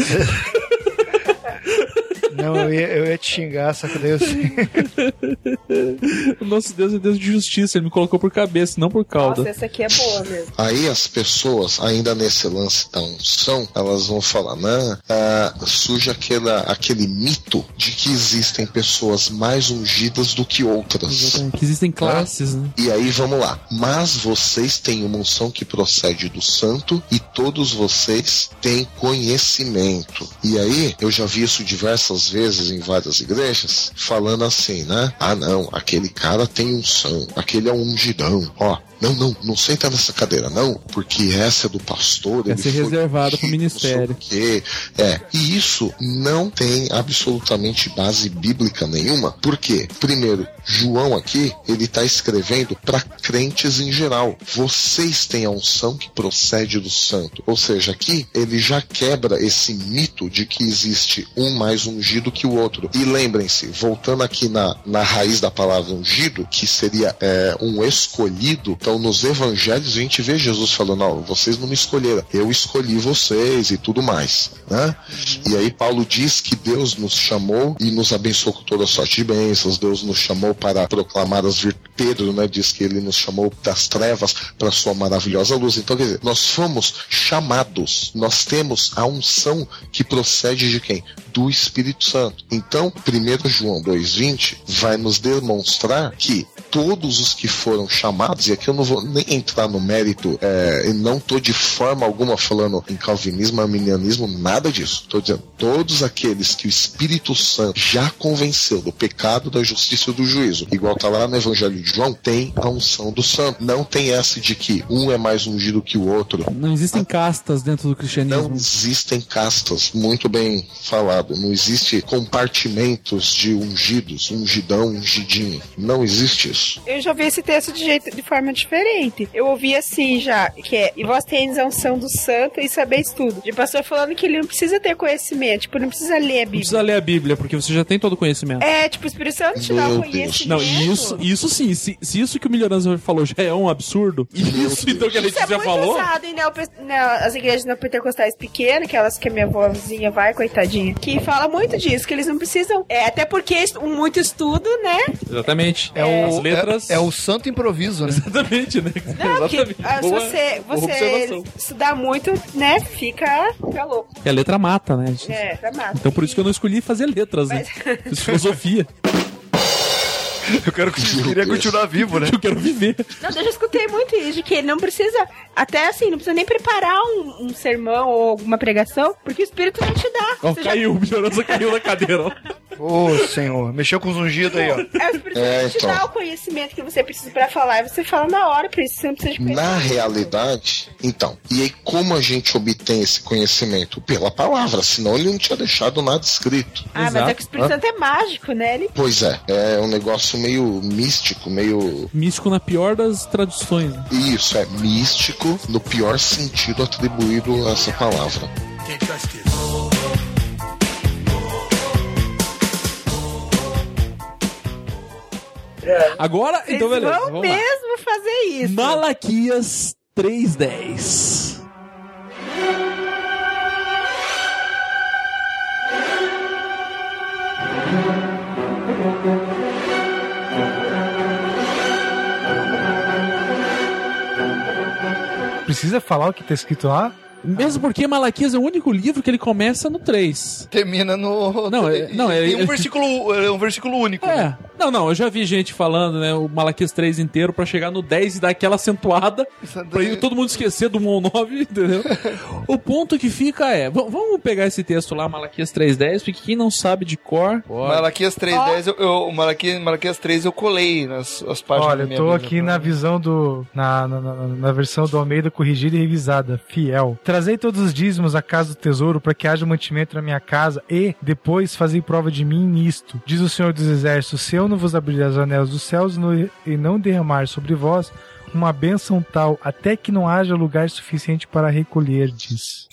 Não, eu ia te xingar, só que daí eu sei. O nosso Deus é Deus de justiça, ele me colocou por cabeça, não por cauda. Nossa, essa aqui é boa mesmo. Aí as pessoas, ainda nesse lance da unção, elas vão falar, surge aquele mito de que existem pessoas mais ungidas do que outras. Exatamente. Que existem classes, né? E aí, vamos lá. Mas vocês têm uma unção que procede do santo e todos vocês têm conhecimento. E aí, eu já vi isso diversas vezes em várias igrejas, falando assim, né? Não, aquele cara tem unção, aquele é um ungidão. Não senta nessa cadeira, não, porque essa é do pastor. Vai ser reservada pro ministério. E isso não tem absolutamente base bíblica nenhuma. Por quê? Primeiro, João aqui, ele está escrevendo para crentes em geral. Vocês têm a unção que procede do santo. Ou seja, aqui ele já quebra esse mito de que existe um mais ungido que o outro. E lembrem-se, voltando aqui na raiz da palavra ungido, que seria um escolhido. Então nos evangelhos a gente vê Jesus falando, não, vocês não me escolheram, eu escolhi vocês e tudo mais, né? E aí Paulo diz que Deus nos chamou e nos abençoou com toda sorte de bênçãos. Deus nos chamou para proclamar as virtudes. Pedro, né, diz que ele nos chamou das trevas para a sua maravilhosa luz. Então, quer dizer, nós fomos chamados, nós temos a unção que procede de quem? Do Espírito Santo. Então, 1 João 2,20 vai nos demonstrar que todos os que foram chamados, e aqui eu não vou nem entrar no mérito, e não estou de forma alguma falando em calvinismo, arminianismo, nada disso. Estou dizendo, todos aqueles que o Espírito Santo já convenceu do pecado, da justiça e do juízo, igual está lá no Evangelho de João, tem a unção do santo. Não tem essa de que um é mais ungido que o outro. Não existem castas dentro do cristianismo. Não existem castas, muito bem falado. Não existe compartimentos de ungidos, ungidão, ungidinho. Não existe isso. Eu já vi esse texto de forma diferente. Eu ouvi assim já, que é, e vós tendes a unção do santo e sabeis tudo. De pastor falando que ele não precisa ter conhecimento, tipo, não precisa ler a Bíblia. Não precisa ler a Bíblia, porque você já tem todo o conhecimento. Tipo, o Espírito Santo te dá o conhecimento. Não, isso sim, se isso que o Melhorança falou já é um absurdo, isso então que a Letícia já falou... Isso é muito usado em as igrejas neopentecostais pequenas, aquelas que a minha avózinha vai, coitadinha, que fala muito disso, que eles não precisam... até porque muito estudo, né? Exatamente. As letras... É o santo improviso, né? Exatamente, né? Não, exatamente. Se você estudar muito, né, fica louco. E a letra mata, né? Mata. Então por isso que eu não escolhi fazer letras, né? Fiz filosofia. Eu queria continuar vivo, né? Eu quero viver. Não, eu já escutei muito isso, de que ele não precisa, até assim, não precisa nem preparar um sermão ou alguma pregação, porque o Espírito não te dá. Caiu, o Melhorança caiu na cadeira, ó. Senhor, mexeu com os ungidos aí, ó. O Espírito Santo te dá o conhecimento que você precisa pra falar, e você fala na hora, por isso você não precisa de Na realidade, então, e aí como a gente obtém esse conhecimento? Pela palavra, senão ele não tinha deixado nada escrito. Mas é que o Espírito Santo é mágico, né? Pois é um negócio meio místico, meio... Místico na pior das traduções. Isso, é místico no pior sentido atribuído a essa palavra. Agora, então beleza. Vão mesmo fazer isso. Malaquias 3:10. Precisa falar o que tá escrito lá? Mesmo porque Malaquias é o único livro que ele começa no 3. Termina no... Tem um versículo único. Né? Não, eu já vi gente falando, né, o Malaquias 3 inteiro pra chegar no 10 e dar aquela acentuada pra todo mundo esquecer do 1 ao 9, entendeu? O ponto que fica vamos pegar esse texto lá, Malaquias 3:10, porque quem não sabe de cor... Malaquias 3:10, Malaquias 3 eu colei nas páginas. Olha, eu tô aqui na visão na versão do Almeida corrigida e revisada, fiel. Trazei todos os dízimos à casa do tesouro para que haja mantimento na minha casa e depois fazei prova de mim nisto. Diz o Senhor dos Exércitos, se eu não vos abrir as janelas dos céus e não derramar sobre vós uma bênção tal, até que não haja lugar suficiente para recolherdes.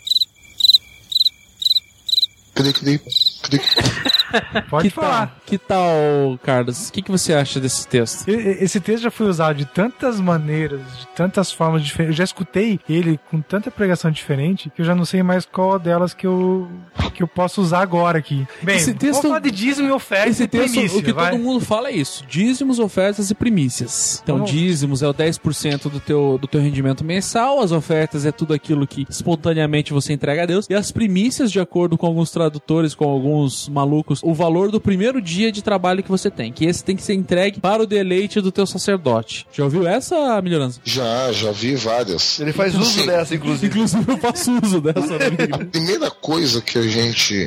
Pode falar. Que tal, Carlos? O que você acha desse texto? Esse texto já foi usado de tantas maneiras, de tantas formas diferentes. Eu já escutei ele com tanta pregação diferente que eu já não sei mais qual delas que eu posso usar agora aqui. Bem, vamos falar de dízimo e ofertas e primícia. O que todo mundo fala é isso. Dízimos, ofertas e primícias. Então, dízimos é o 10% do teu rendimento mensal, as ofertas é tudo aquilo que espontaneamente você entrega a Deus, e as primícias, de acordo com alguns tradutores, com alguns malucos, o valor do primeiro dia de trabalho que você tem, que esse tem que ser entregue para o deleite do teu sacerdote. Já ouviu essa, Melhorança? Já vi várias. Ele faz uso dessa, inclusive. Inclusive eu faço uso dessa. A primeira coisa que a gente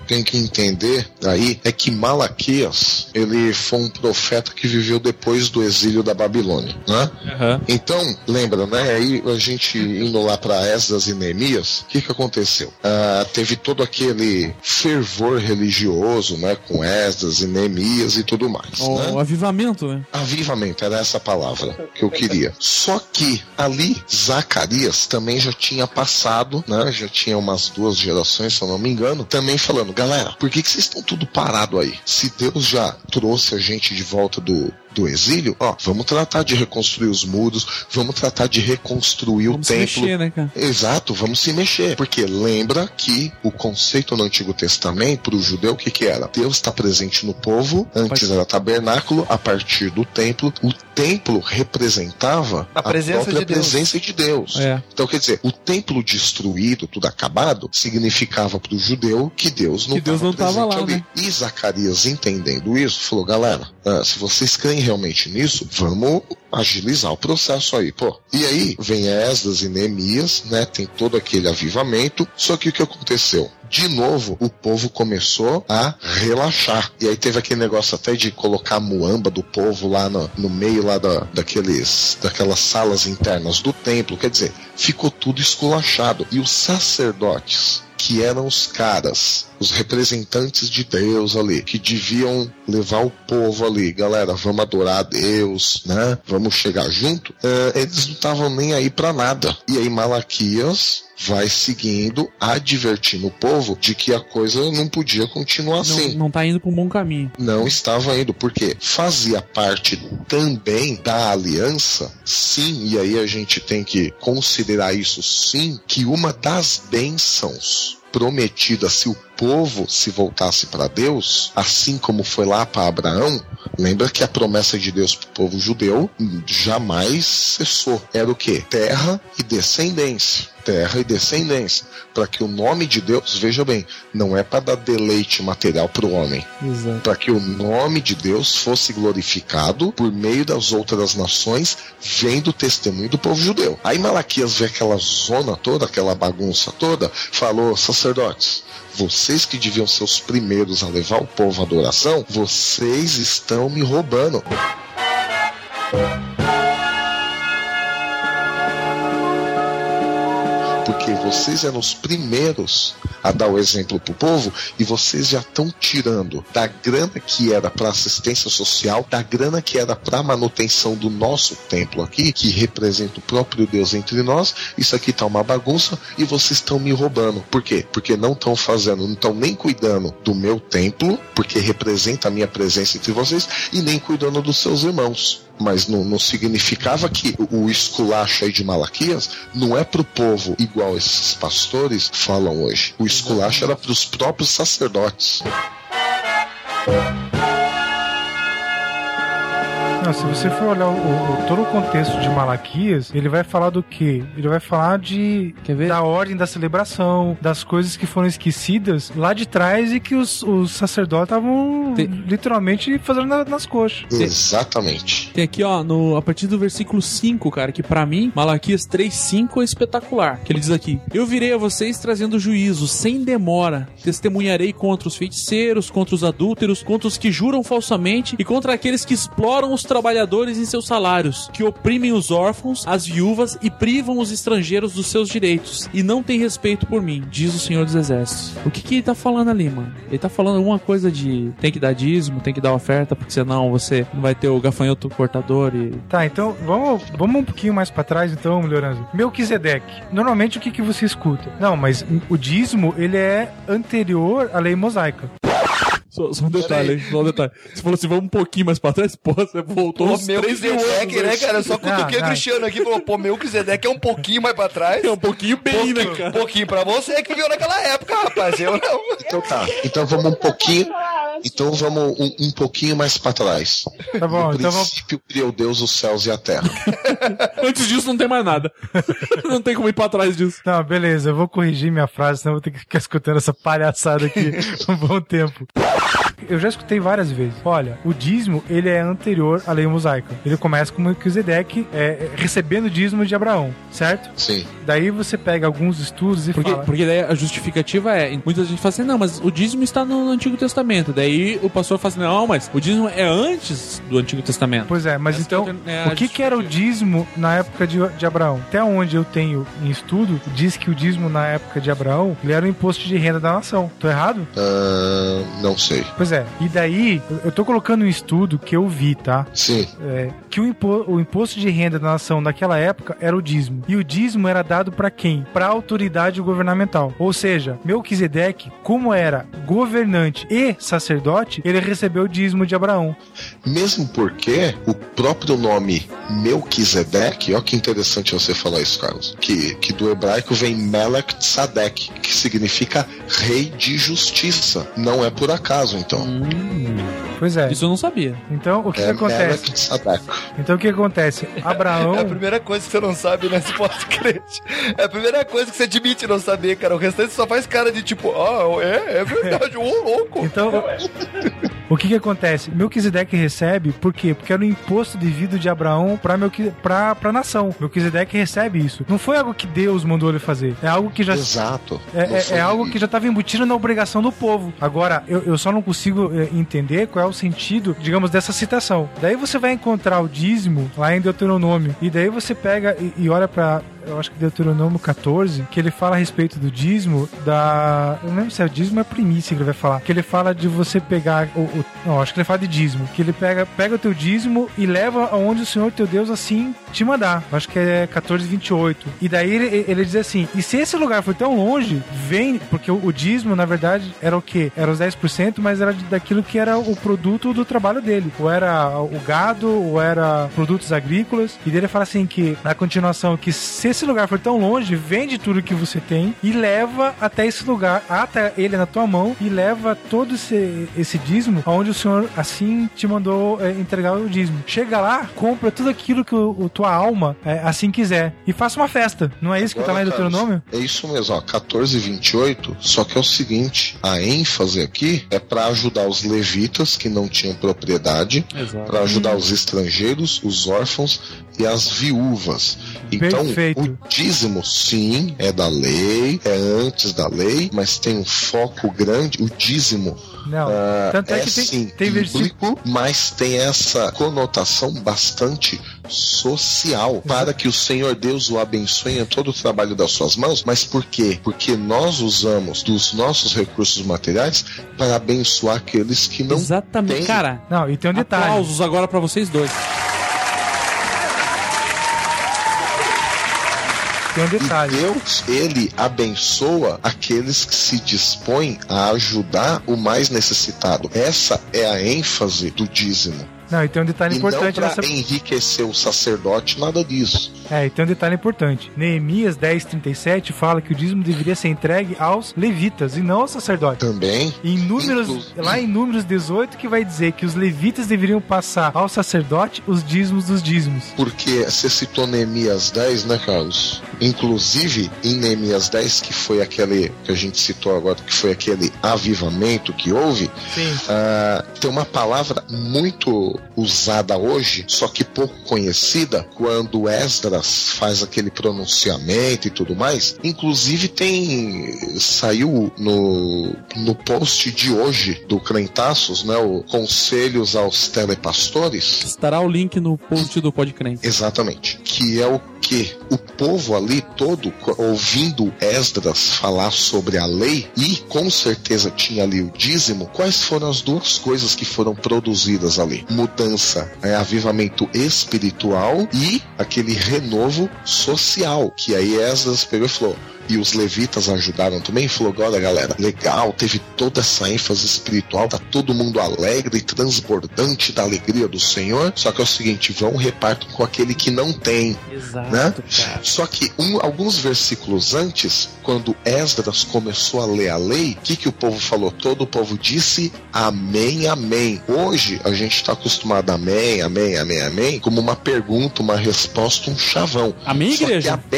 tem que entender aí é que Malaquias, ele foi um profeta que viveu depois do exílio da Babilônia, né? Então, lembra, né? Aí a gente indo lá para Esdras e Neemias, o que aconteceu? Teve todo aquele fervor religioso, né? Com Esdras e Neemias e tudo mais. O avivamento, né? Avivamento, era essa palavra que eu queria. Só que ali, Zacarias também já tinha passado, né? Já tinha umas 2 gerações, se eu não me engano, também falando, galera, por que vocês estão tudo parado aí? Se Deus já trouxe a gente de volta do exílio, vamos tratar de reconstruir os muros, vamos tratar de reconstruir o templo. Vamos se mexer, né, cara? Exato, vamos se mexer. Porque lembra que o conceito no Antigo Testamento, para o judeu, o que era? Deus está presente no povo, antes era tabernáculo, a partir do templo. O templo representava a própria presença de Deus. Então, quer dizer, o templo destruído, tudo acabado, significava para o judeu que Deus não estava lá, ali. Né? E Zacarias, entendendo isso, falou, galera, se vocês creem realmente nisso, vamos agilizar o processo aí, pô. E aí, vem Esdras e Neemias, né, tem todo aquele avivamento, só que o que aconteceu? De novo, o povo começou a relaxar. E aí teve aquele negócio até de colocar a muamba do povo lá no meio lá daquelas salas internas do templo. Quer dizer, ficou tudo esculachado. E os sacerdotes, que eram os caras, os representantes de Deus ali, que deviam levar o povo ali, galera, vamos adorar a Deus, né? Vamos chegar junto. Eles não estavam nem aí pra nada. E aí Malaquias vai seguindo, advertindo o povo de que a coisa não podia continuar assim. Não tá indo pra um bom caminho. Não estava indo, porque fazia parte também da aliança, sim, e aí a gente tem que considerar isso sim, que uma das bênçãos prometida se o povo se voltasse para Deus, assim como foi lá para Abraão, lembra que a promessa de Deus para o povo judeu jamais cessou. Era o quê? Terra e descendência. Terra e descendência. Para que o nome de Deus, veja bem, não é para dar deleite material para o homem. Para que o nome de Deus fosse glorificado por meio das outras nações, vendo o testemunho do povo judeu. Aí Malaquias vê aquela zona toda, aquela bagunça toda, falou, sacerdotes, vocês que deviam ser os primeiros a levar o povo à adoração, vocês estão me roubando. Porque vocês eram os primeiros a dar o exemplo pro povo e vocês já estão tirando da grana que era para assistência social, da grana que era para manutenção do nosso templo aqui, que representa o próprio Deus entre nós. Isso aqui tá uma bagunça e vocês estão me roubando. Por quê? Porque não estão nem cuidando do meu templo, porque representa a minha presença entre vocês, e nem cuidando dos seus irmãos. Mas não significava que o esculacho aí de Malaquias não é pro povo igual esses pastores falam hoje. O esculacho era pros próprios sacerdotes. Não, se você for olhar todo o contexto de Malaquias, ele vai falar do quê? Ele vai falar da ordem da celebração, das coisas que foram esquecidas lá de trás e que os sacerdotes estavam literalmente fazendo nas coxas. Exatamente. Tem aqui, ó, a partir do versículo 5, cara, que pra mim, Malaquias 3:5 é espetacular. Que ele diz aqui: eu virei a vocês trazendo juízo, sem demora. Testemunharei contra os feiticeiros, contra os adúlteros, contra os que juram falsamente e contra aqueles que exploram os trabalhadores em seus salários, que oprimem os órfãos, as viúvas e privam os estrangeiros dos seus direitos, e não tem respeito por mim, diz o Senhor dos Exércitos. O que ele tá falando ali, mano? Ele tá falando alguma coisa de tem que dar dízimo, tem que dar oferta, porque senão você não vai ter o gafanhoto cortador e... Tá, então vamos um pouquinho mais pra trás, então, melhorando. Melquisedeque. Normalmente o que você escuta? Não, mas o dízimo, ele é anterior à lei mosaica. Só um detalhe, hein? Só um detalhe. Você falou assim, vamos um pouquinho mais pra trás? Pô, você voltou uns 3 Melquisedeque, né, cara? Eu só cutuquei o Cristiano aqui e falou, pô, Melquisedeque é um pouquinho mais pra trás. É um pouquinho bem, né, cara? Um pouquinho pra você que viveu naquela época, rapaz. Eu não. Então tá. Então vamos um pouquinho... Então vamos um pouquinho mais pra trás. Tá bom, no princípio criou Deus os céus e a terra. Antes disso não tem mais nada. Não tem como ir pra trás disso. Tá, beleza. Eu vou corrigir minha frase, senão eu vou ter que ficar escutando essa palhaçada aqui um bom tempo. Eu já escutei várias vezes. Olha, o dízimo, ele é anterior à lei mosaica. Ele começa com Melquisedeque recebendo o dízimo de Abraão, certo? Sim. Daí você pega alguns estudos e fala... Porque daí a justificativa muita gente fala assim, não, mas o dízimo está no Antigo Testamento. Daí o pastor fala assim, não, mas o dízimo é antes do Antigo Testamento. Pois é, mas então, o que era o dízimo na época de Abraão? Até onde eu tenho em estudo, diz que o dízimo na época de Abraão, ele era o imposto de renda da nação. Tô errado? Não sei. Pois é, e daí, eu tô colocando um estudo que eu vi, tá? Sim. Que o imposto de renda da nação naquela época era o dízimo. E o dízimo era dado pra quem? Pra autoridade governamental. Ou seja, Melquisedeque, como era governante e sacerdote, ele recebeu o dízimo de Abraão. Mesmo porque o próprio nome Melquisedeque, ó que interessante você falar isso, Carlos, que do hebraico vem Melech Tzadek, que significa rei de justiça. Não é por acaso, então. Pois é. Isso eu não sabia. Então, o que acontece? Então, o que acontece? Abraão... É a primeira coisa que você não sabe nesse podcast. É a primeira coisa que você admite não saber, cara. O restante só faz cara de tipo, é verdade, louco. Então, o que acontece? Melquisedeque recebe, por quê? Porque era o imposto devido de Abraão pra nação. Melquisedeque recebe isso. Não foi algo que Deus mandou ele fazer. É algo que já... Exato. É algo que já estava embutido na obrigação do povo. Agora, eu só não consigo entender qual é o sentido, digamos, dessa citação. Daí você vai encontrar o dízimo lá em Deuteronômio. E daí você pega e olha pra... Eu acho que Deuteronômio 14, que ele fala a respeito do dízimo eu não lembro se é o dízimo ou é primícia que ele vai falar. Que ele fala de você pegar não, acho que ele fala de dízimo. Que ele pega o teu dízimo e leva aonde o Senhor teu Deus assim te mandar. Eu acho que é 14:28. E daí ele diz assim, e se esse lugar for tão longe, vem, porque o dízimo, na verdade, era o quê? Era os 10%, mas era daquilo que era o produto do trabalho dele. Ou era o gado, ou era produtos agrícolas. E daí ele fala assim que, na continuação, que se esse lugar for tão longe, vende tudo que você tem e leva até esse lugar, ata ele na tua mão e leva todo esse dízimo aonde o Senhor assim te mandou entregar o dízimo. Chega lá, compra tudo aquilo que tua alma assim quiser e faça uma festa. Não é isso que tá lá em Deuteronômio? É isso mesmo, ó, 14:28, só que é o seguinte, a ênfase aqui é para ajudar os levitas que não tinham propriedade, para ajudar os estrangeiros, os órfãos e as viúvas. Então, perfeito. O dízimo, sim, é da lei, é antes da lei, mas tem um foco grande. O dízimo não, tanto é que tem bíblico, mas tem essa conotação bastante social, para que o Senhor Deus o abençoe em todo o trabalho das suas mãos. Mas por quê? Porque nós usamos dos nossos recursos materiais para abençoar aqueles que não têm. Cara, não, e tem um detalhe. Aplausos agora para vocês dois. Tem um detalhe. E Deus, ele abençoa aqueles que se dispõem a ajudar o mais necessitado. Essa é a ênfase do dízimo. Não, e tem um detalhe importante. Não para enriquecer o sacerdote, nada disso. E tem um detalhe importante. Neemias 10:37 fala que o dízimo deveria ser entregue aos levitas e não aos sacerdotes. Também. Lá em Números 18 que vai dizer que os levitas deveriam passar ao sacerdote os dízimos dos dízimos. Porque você citou Neemias 10, né, Carlos? Inclusive, em Neemias 10, que foi aquele que a gente citou agora, que foi aquele avivamento que houve, tem uma palavra muito usada hoje, só que pouco conhecida, quando Esdras faz aquele pronunciamento e tudo mais. Inclusive saiu no post de hoje do Crentaços, né, o Conselhos aos Telepastores. Estará o link no post do Podcrente. Exatamente. Que é o que o povo ali todo, ouvindo Esdras falar sobre a lei, e com certeza tinha ali o dízimo, quais foram as duas coisas que foram produzidas ali? Mudança, avivamento espiritual e aquele renovo social, que aí Esdras pegou e falou, e os levitas ajudaram também, falou, olha galera, legal, teve toda essa ênfase espiritual, tá todo mundo alegre e transbordante da alegria do Senhor, só que é o seguinte, vão repartam com aquele que não tem. Exato, né? cara. Só que alguns versículos antes, quando Esdras começou a ler a lei, o que o povo falou? Todo o povo disse amém, amém. Hoje a gente está acostumado a amém, amém, amém, amém, como uma pergunta, uma resposta, um chavão. Amém, só igreja? Que amém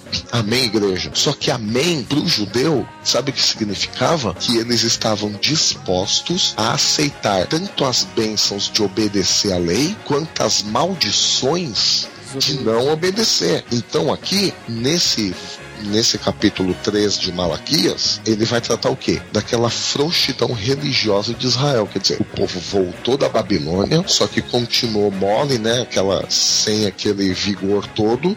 Amém, igreja? Só que amém pro judeu, sabe o que significava? Que eles estavam dispostos a aceitar tanto as bênçãos de obedecer à lei, quanto as maldições de não obedecer. Então aqui, nesse capítulo 3 de Malaquias, ele vai tratar o quê? Daquela frouxidão religiosa de Israel. Quer dizer, o povo voltou da Babilônia, só que continuou mole, né? Sem aquele vigor todo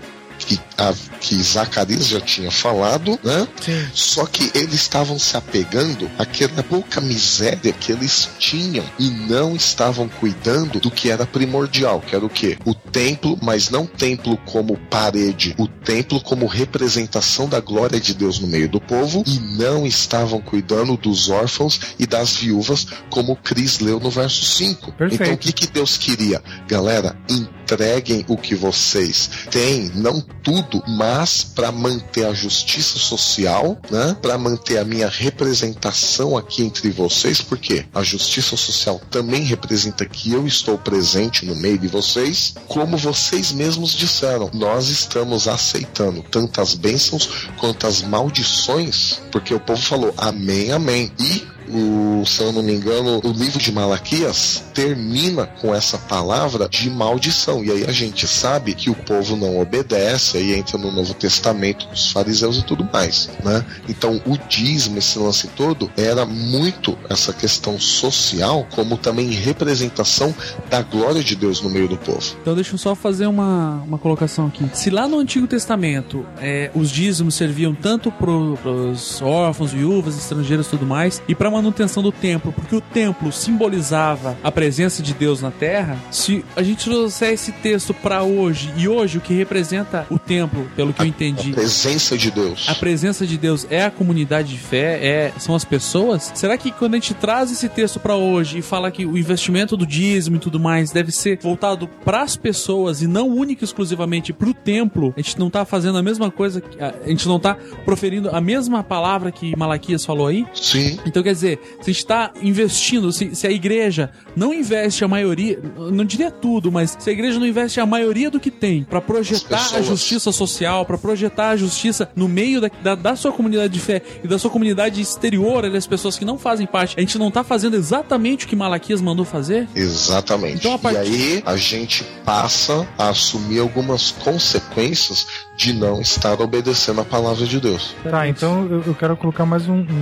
que Zacarias já tinha falado, né? Sim. Só que eles estavam se apegando àquela pouca miséria que eles tinham e não estavam cuidando do que era primordial, que era o quê? O templo, mas não templo como parede, o templo como representação da glória de Deus no meio do povo, e não estavam cuidando dos órfãos e das viúvas, como Cris leu no verso 5. Perfeito. Então o que Deus queria? Galera, entreguem o que vocês têm, não tudo, mas para manter a justiça social, né? Para manter a minha representação aqui entre vocês, porque a justiça social também representa que eu estou presente no meio de vocês, como vocês mesmos disseram, nós estamos aceitando tantas bênçãos quanto as maldições, porque o povo falou amém, amém, e se eu não me engano, o livro de Malaquias termina com essa palavra de maldição. E aí a gente sabe que o povo não obedece, aí entra no Novo Testamento os fariseus e tudo mais, né? Então o dízimo, esse lance todo, era muito essa questão social, como também representação da glória de Deus no meio do povo. Então deixa eu só fazer uma colocação aqui. Se lá no Antigo Testamento os dízimos serviam tanto para os órfãos, viúvas, estrangeiros e tudo mais, e para manutenção do templo, porque o templo simbolizava a presença de Deus na terra, se a gente trouxer esse texto para hoje, e hoje o que representa o templo, pelo que eu entendi, a presença de Deus. A presença de Deus é a comunidade de fé, são as pessoas. Será que quando a gente traz esse texto para hoje e fala que o investimento do dízimo e tudo mais deve ser voltado para as pessoas e não única e exclusivamente para o templo, a gente não tá fazendo a mesma coisa, a gente não tá proferindo a mesma palavra que Malaquias falou aí? Sim. Então quer dizer, se a gente está investindo, se a igreja não investe a maioria, não diria tudo, mas se a igreja não investe a maioria do que tem para projetar a justiça social, para projetar a justiça no meio da sua comunidade de fé e da sua comunidade exterior, as pessoas que não fazem parte, a gente não está fazendo exatamente o que Malaquias mandou fazer? Exatamente. Então, E aí a gente passa a assumir algumas consequências de não estar obedecendo a palavra de Deus. Tá, então eu quero colocar mais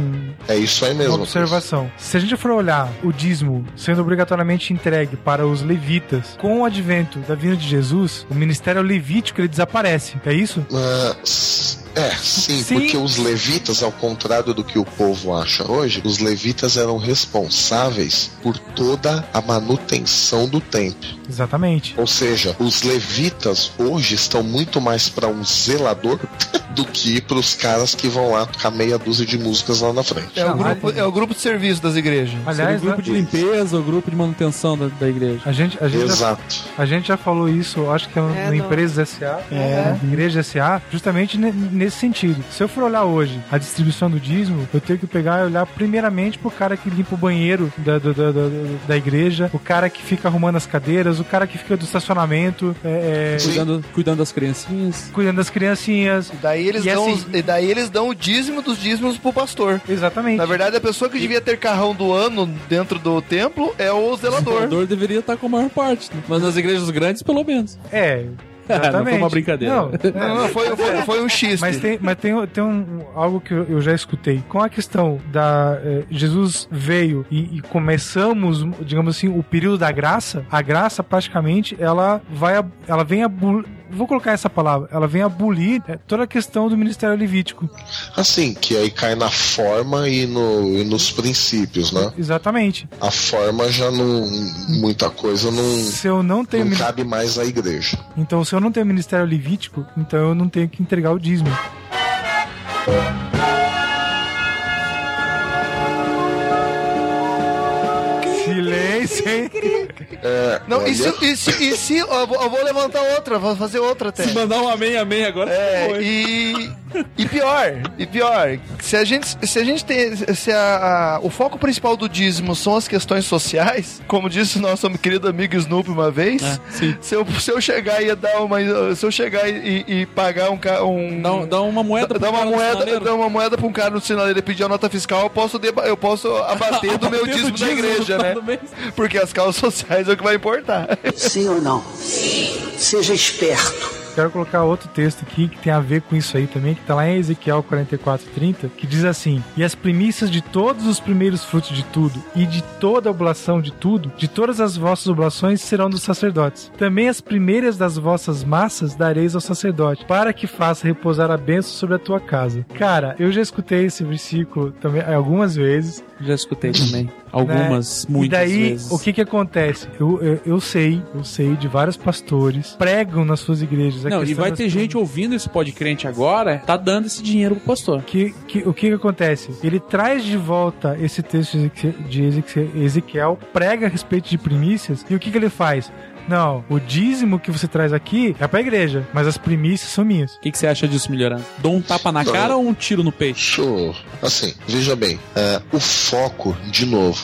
É isso aí mesmo. uma observação. Se a gente for olhar o dízimo sendo obrigatoriamente entregue para os levitas, com o advento da vinda de Jesus, o ministério levítico ele desaparece. É isso? Sim, porque os levitas, ao contrário do que o povo acha hoje, os levitas eram responsáveis por toda a manutenção do templo. Exatamente. Ou seja, os levitas hoje estão muito mais para um zelador do que para os caras que vão lá tocar meia dúzia de músicas lá na frente. É o grupo de serviço das igrejas. Aliás, o grupo de limpeza, o grupo de manutenção da igreja. Exato. A gente já falou isso, eu acho que no Empresas S.A., Igreja S.A., justamente nesse sentido. Se eu for olhar hoje a distribuição do dízimo, eu tenho que pegar e olhar primeiramente pro cara que limpa o banheiro da igreja, o cara que fica arrumando as cadeiras, o cara que fica do estacionamento, cuidando das criancinhas. Cuidando das criancinhas. E daí eles dão o dízimo dos dízimos pro pastor. Exatamente. Na verdade, a pessoa que devia ter carrão do ano dentro do templo é o zelador. O zelador deveria estar com a maior parte, né? Mas nas igrejas grandes, pelo menos. Exatamente. Não foi uma brincadeira. Não, foi um xiste. Mas tem algo que eu já escutei. Com a questão da Jesus veio e começamos, digamos assim, o período da graça, a graça praticamente ela vem abolir, vou colocar essa palavra, ela vem abolir toda a questão do ministério levítico. Assim, que aí cai na forma e nos princípios, né? Exatamente. A forma já não, muita coisa não cabe mais à igreja. Então, se eu não tenho ministério levítico, então eu não tenho que entregar o dízimo. pensei. Não, olha. e se eu vou levantar outra, vou fazer outra até. Se mandar um amém, amém agora. E pior, se a gente tem, o foco principal do dízimo são as questões sociais, como disse o nosso querido amigo Snoopy uma vez, se eu chegar e dar e pagar dá uma moeda pra um cara no sinaleiro e pedir a nota fiscal, eu posso abater do meu dízimo da igreja, né? Porque as causas sociais é o que vai importar. Sim ou não? Sim. Seja esperto. Quero colocar outro texto aqui que tem a ver com isso aí também, que tá lá em Ezequiel 44:30, que diz assim: e as primícias de todos os primeiros frutos de tudo, e de toda oblação de tudo, de todas as vossas oblações serão dos sacerdotes. Também as primeiras das vossas massas dareis ao sacerdote, para que faça repousar a bênção sobre a tua casa. Cara, eu já escutei esse versículo também algumas vezes. Já escutei também. Algumas, muitas vezes. E daí, vezes. o que acontece? Eu sei de vários pastores, pregam nas suas igrejas. Não, e vai ter gente ouvindo esse podcrente agora, tá dando esse dinheiro pro pastor. O que acontece? Ele traz de volta esse texto de Ezequiel, prega a respeito de primícias, e o que ele faz? Não, o dízimo que você traz aqui é pra igreja, mas as primícias são minhas. O que você acha disso, Melhorando? Dou um tapa na cara ou um tiro no peito? Show. Assim, veja bem, o foco, de novo,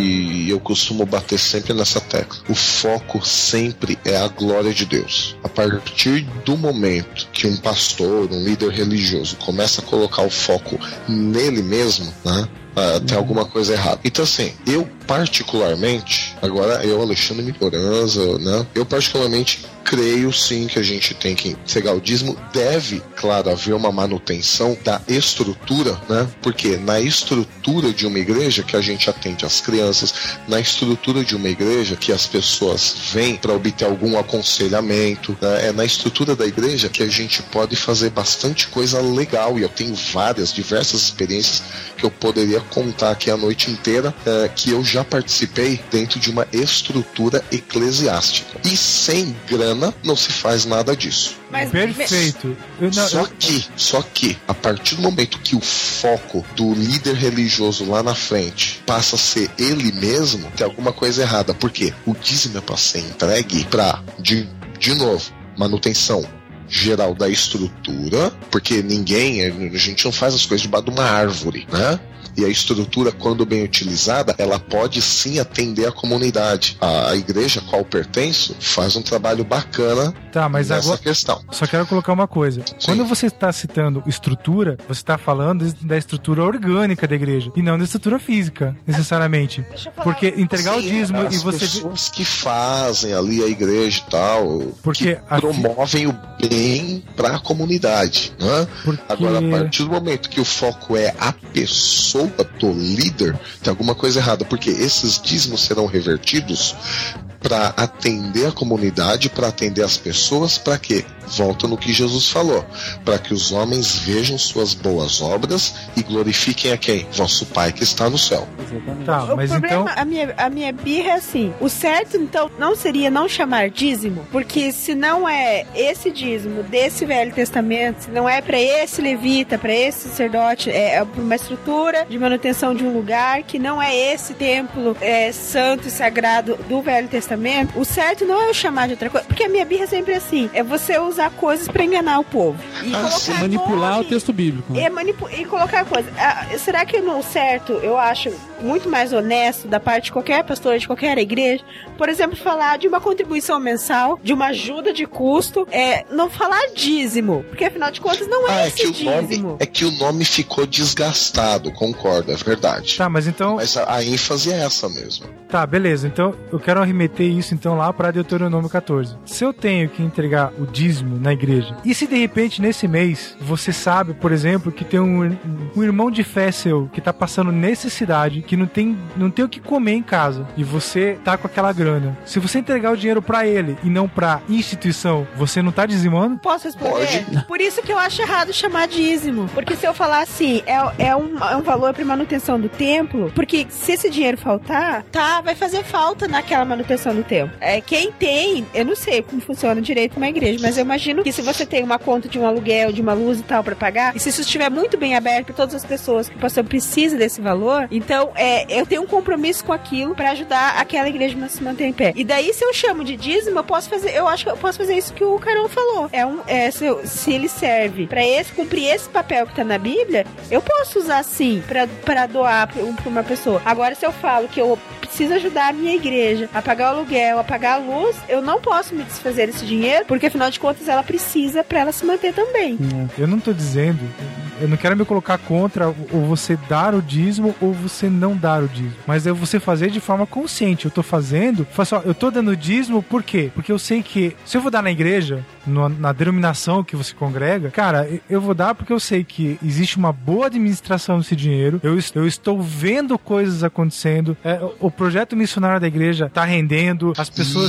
e eu costumo bater sempre nessa tecla, o foco sempre é a glória de Deus. A partir do momento que um pastor, um líder religioso começa a colocar o foco nele mesmo, né? Tem alguma coisa errada. Então, assim, eu particularmente, agora eu, Alexandre Micoranza, né? Eu particularmente creio sim que a gente tem que entregar o dízimo. Deve, claro, haver uma manutenção da estrutura, né? Porque na estrutura de uma igreja que a gente atende as crianças, na estrutura de uma igreja que as pessoas vêm para obter algum aconselhamento, né? É na estrutura da igreja que a gente pode fazer bastante coisa legal, e eu tenho diversas experiências que eu poderia contar aqui a noite inteira, que eu já participei dentro de uma estrutura eclesiástica. E sem grana não se faz nada disso. Mas, perfeito. Só que, a partir do momento que o foco do líder religioso lá na frente passa a ser ele mesmo, tem alguma coisa errada. Por quê? O dízimo é para ser entregue para, de novo, manutenção geral da estrutura, porque a gente não faz as coisas debaixo de uma árvore, né? E a estrutura, quando bem utilizada, ela pode sim atender a comunidade. A igreja a qual pertenço faz um trabalho bacana nessa agora, questão. Só quero colocar uma coisa. Sim. Quando você está citando estrutura, você está falando da estrutura orgânica da igreja e não da estrutura física, necessariamente. Porque entregar o dízimo e você... As pessoas que fazem ali a igreja e tal, porque que promovem o bem para a comunidade, né? Agora, a partir do momento que o foco é a pessoa do líder, tem alguma coisa errada, porque esses dízimos serão revertidos para atender a comunidade, para atender as pessoas, para quê? Volta no que Jesus falou, para que os homens vejam suas boas obras e glorifiquem a quem? Vosso Pai que está no céu. Tá, mas o problema, então... a minha birra é assim, o certo então não seria não chamar dízimo, porque se não é esse dízimo desse Velho Testamento, se não é para esse levita, para esse sacerdote, é para uma estrutura de manutenção de um lugar que não é esse templo santo e sagrado do Velho Testamento, o certo não é eu chamar de outra coisa, porque a minha birra é sempre assim, é você usar coisas pra enganar o povo. E manipular o texto bíblico. E colocar coisas. Será que no certo, eu acho muito mais honesto da parte de qualquer pastor, de qualquer igreja, por exemplo, falar de uma contribuição mensal, de uma ajuda de custo, não falar dízimo, porque afinal de contas não é esse dízimo. É que o nome ficou desgastado, concordo, é verdade. Tá, mas então... Mas a ênfase é essa mesmo. Tá, beleza, então eu quero arremeter isso então lá para Deuteronômio 14. Se eu tenho que entregar o dízimo na igreja, e se de repente nesse mês você sabe, por exemplo, que tem um irmão de fé seu que tá passando necessidade, que não tem o que comer em casa, e você tá com aquela grana, se você entregar o dinheiro para ele e não pra instituição, você não tá dizimando? Posso responder? Pode. Por isso que eu acho errado chamar dízimo, porque se eu falar assim, é um valor para manutenção do templo, porque se esse dinheiro faltar, vai fazer falta naquela manutenção administração do templo. Quem tem, eu não sei como funciona direito uma igreja, mas eu imagino que se você tem uma conta de um aluguel, de uma luz e tal pra pagar, e se isso estiver muito bem aberto pra todas as pessoas que o pastor precisa desse valor, então eu tenho um compromisso com aquilo pra ajudar aquela igreja a se manter em pé. E daí, se eu chamo de dízimo, eu acho que eu posso fazer isso que o Carol falou. Se ele serve pra cumprir esse papel que tá na Bíblia, eu posso usar sim pra doar pra uma pessoa. Agora, se eu falo que eu preciso ajudar a minha igreja a pagar o aluguel, a pagar a luz, eu não posso me desfazer desse dinheiro, porque afinal de contas ela precisa pra ela se manter também. Eu não tô dizendo, eu não quero me colocar contra ou você dar o dízimo ou você não dar o dízimo, mas é você fazer de forma consciente. Eu tô fazendo, eu tô dando dízimo por quê? Porque eu sei que se eu vou dar na igreja, na denominação que você congrega, cara, eu vou dar porque eu sei que existe uma boa administração desse dinheiro, eu estou vendo coisas acontecendo, o projeto missionário da igreja tá rendendo, as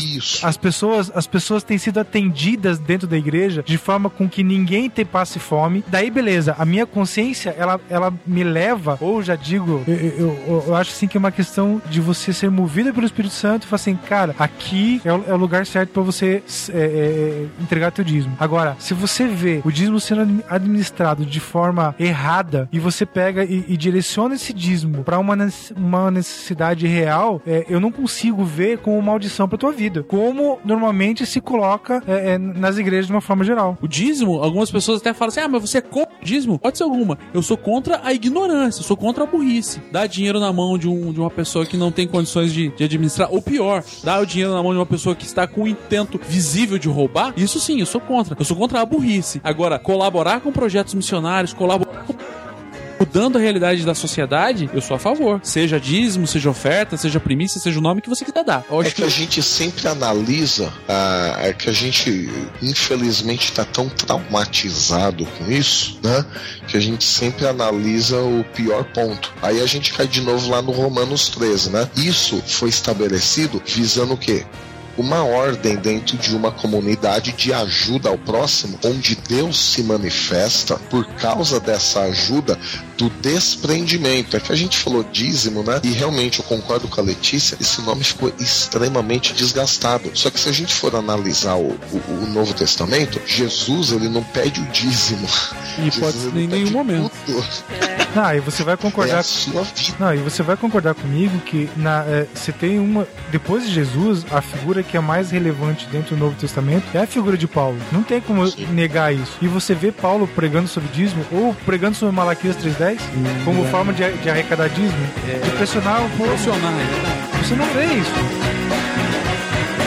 pessoas têm sido atendidas dentro da igreja de forma com que ninguém passe fome. Daí beleza, a minha consciência ela me leva, ou já digo, eu acho assim que é uma questão de você ser movido pelo Espírito Santo e falar assim, cara, aqui é o lugar certo pra você entregar teu dízimo. Agora, se você vê o dízimo sendo administrado de forma errada e você pega e direciona esse dízimo pra uma necessidade real, eu não consigo ver como maldição pra tua vida, como normalmente se coloca nas igrejas de uma forma geral. O dízimo, algumas pessoas até falam assim, mas você é contra o dízimo? Pode ser alguma. Eu sou contra a ignorância, eu sou contra a burrice. Dar dinheiro na mão de uma pessoa que não tem condições de administrar, ou pior, dar o dinheiro na mão de uma pessoa que está com o intento visível de roubar, isso sim, eu sou contra. Eu sou contra a burrice. Agora, colaborar com projetos missionários, mudando a realidade da sociedade, eu sou a favor. Seja dízimo, seja oferta, seja primícia, seja o nome que você quiser dar. A gente sempre analisa, que a gente infelizmente está tão traumatizado com isso, né? Que a gente sempre analisa o pior ponto. Aí a gente cai de novo lá no Romanos 13, né? Isso foi estabelecido visando o quê? Uma ordem dentro de uma comunidade de ajuda ao próximo, onde Deus se manifesta por causa dessa ajuda do desprendimento. É que a gente falou dízimo, né? E realmente eu concordo com a Letícia, esse nome ficou extremamente desgastado. Só que se a gente for analisar o Novo Testamento, Jesus, ele não pede o dízimo. E pode ser em nenhum momento. E você vai concordar. E você vai concordar comigo que você tem depois de Jesus, a figura que é mais relevante dentro do Novo Testamento é a figura de Paulo. Não tem como negar isso. E você vê Paulo pregando sobre dízimo ou pregando sobre Malaquias 3:10 como forma de arrecadar dízimo, de pressionar o povo. Você não vê isso.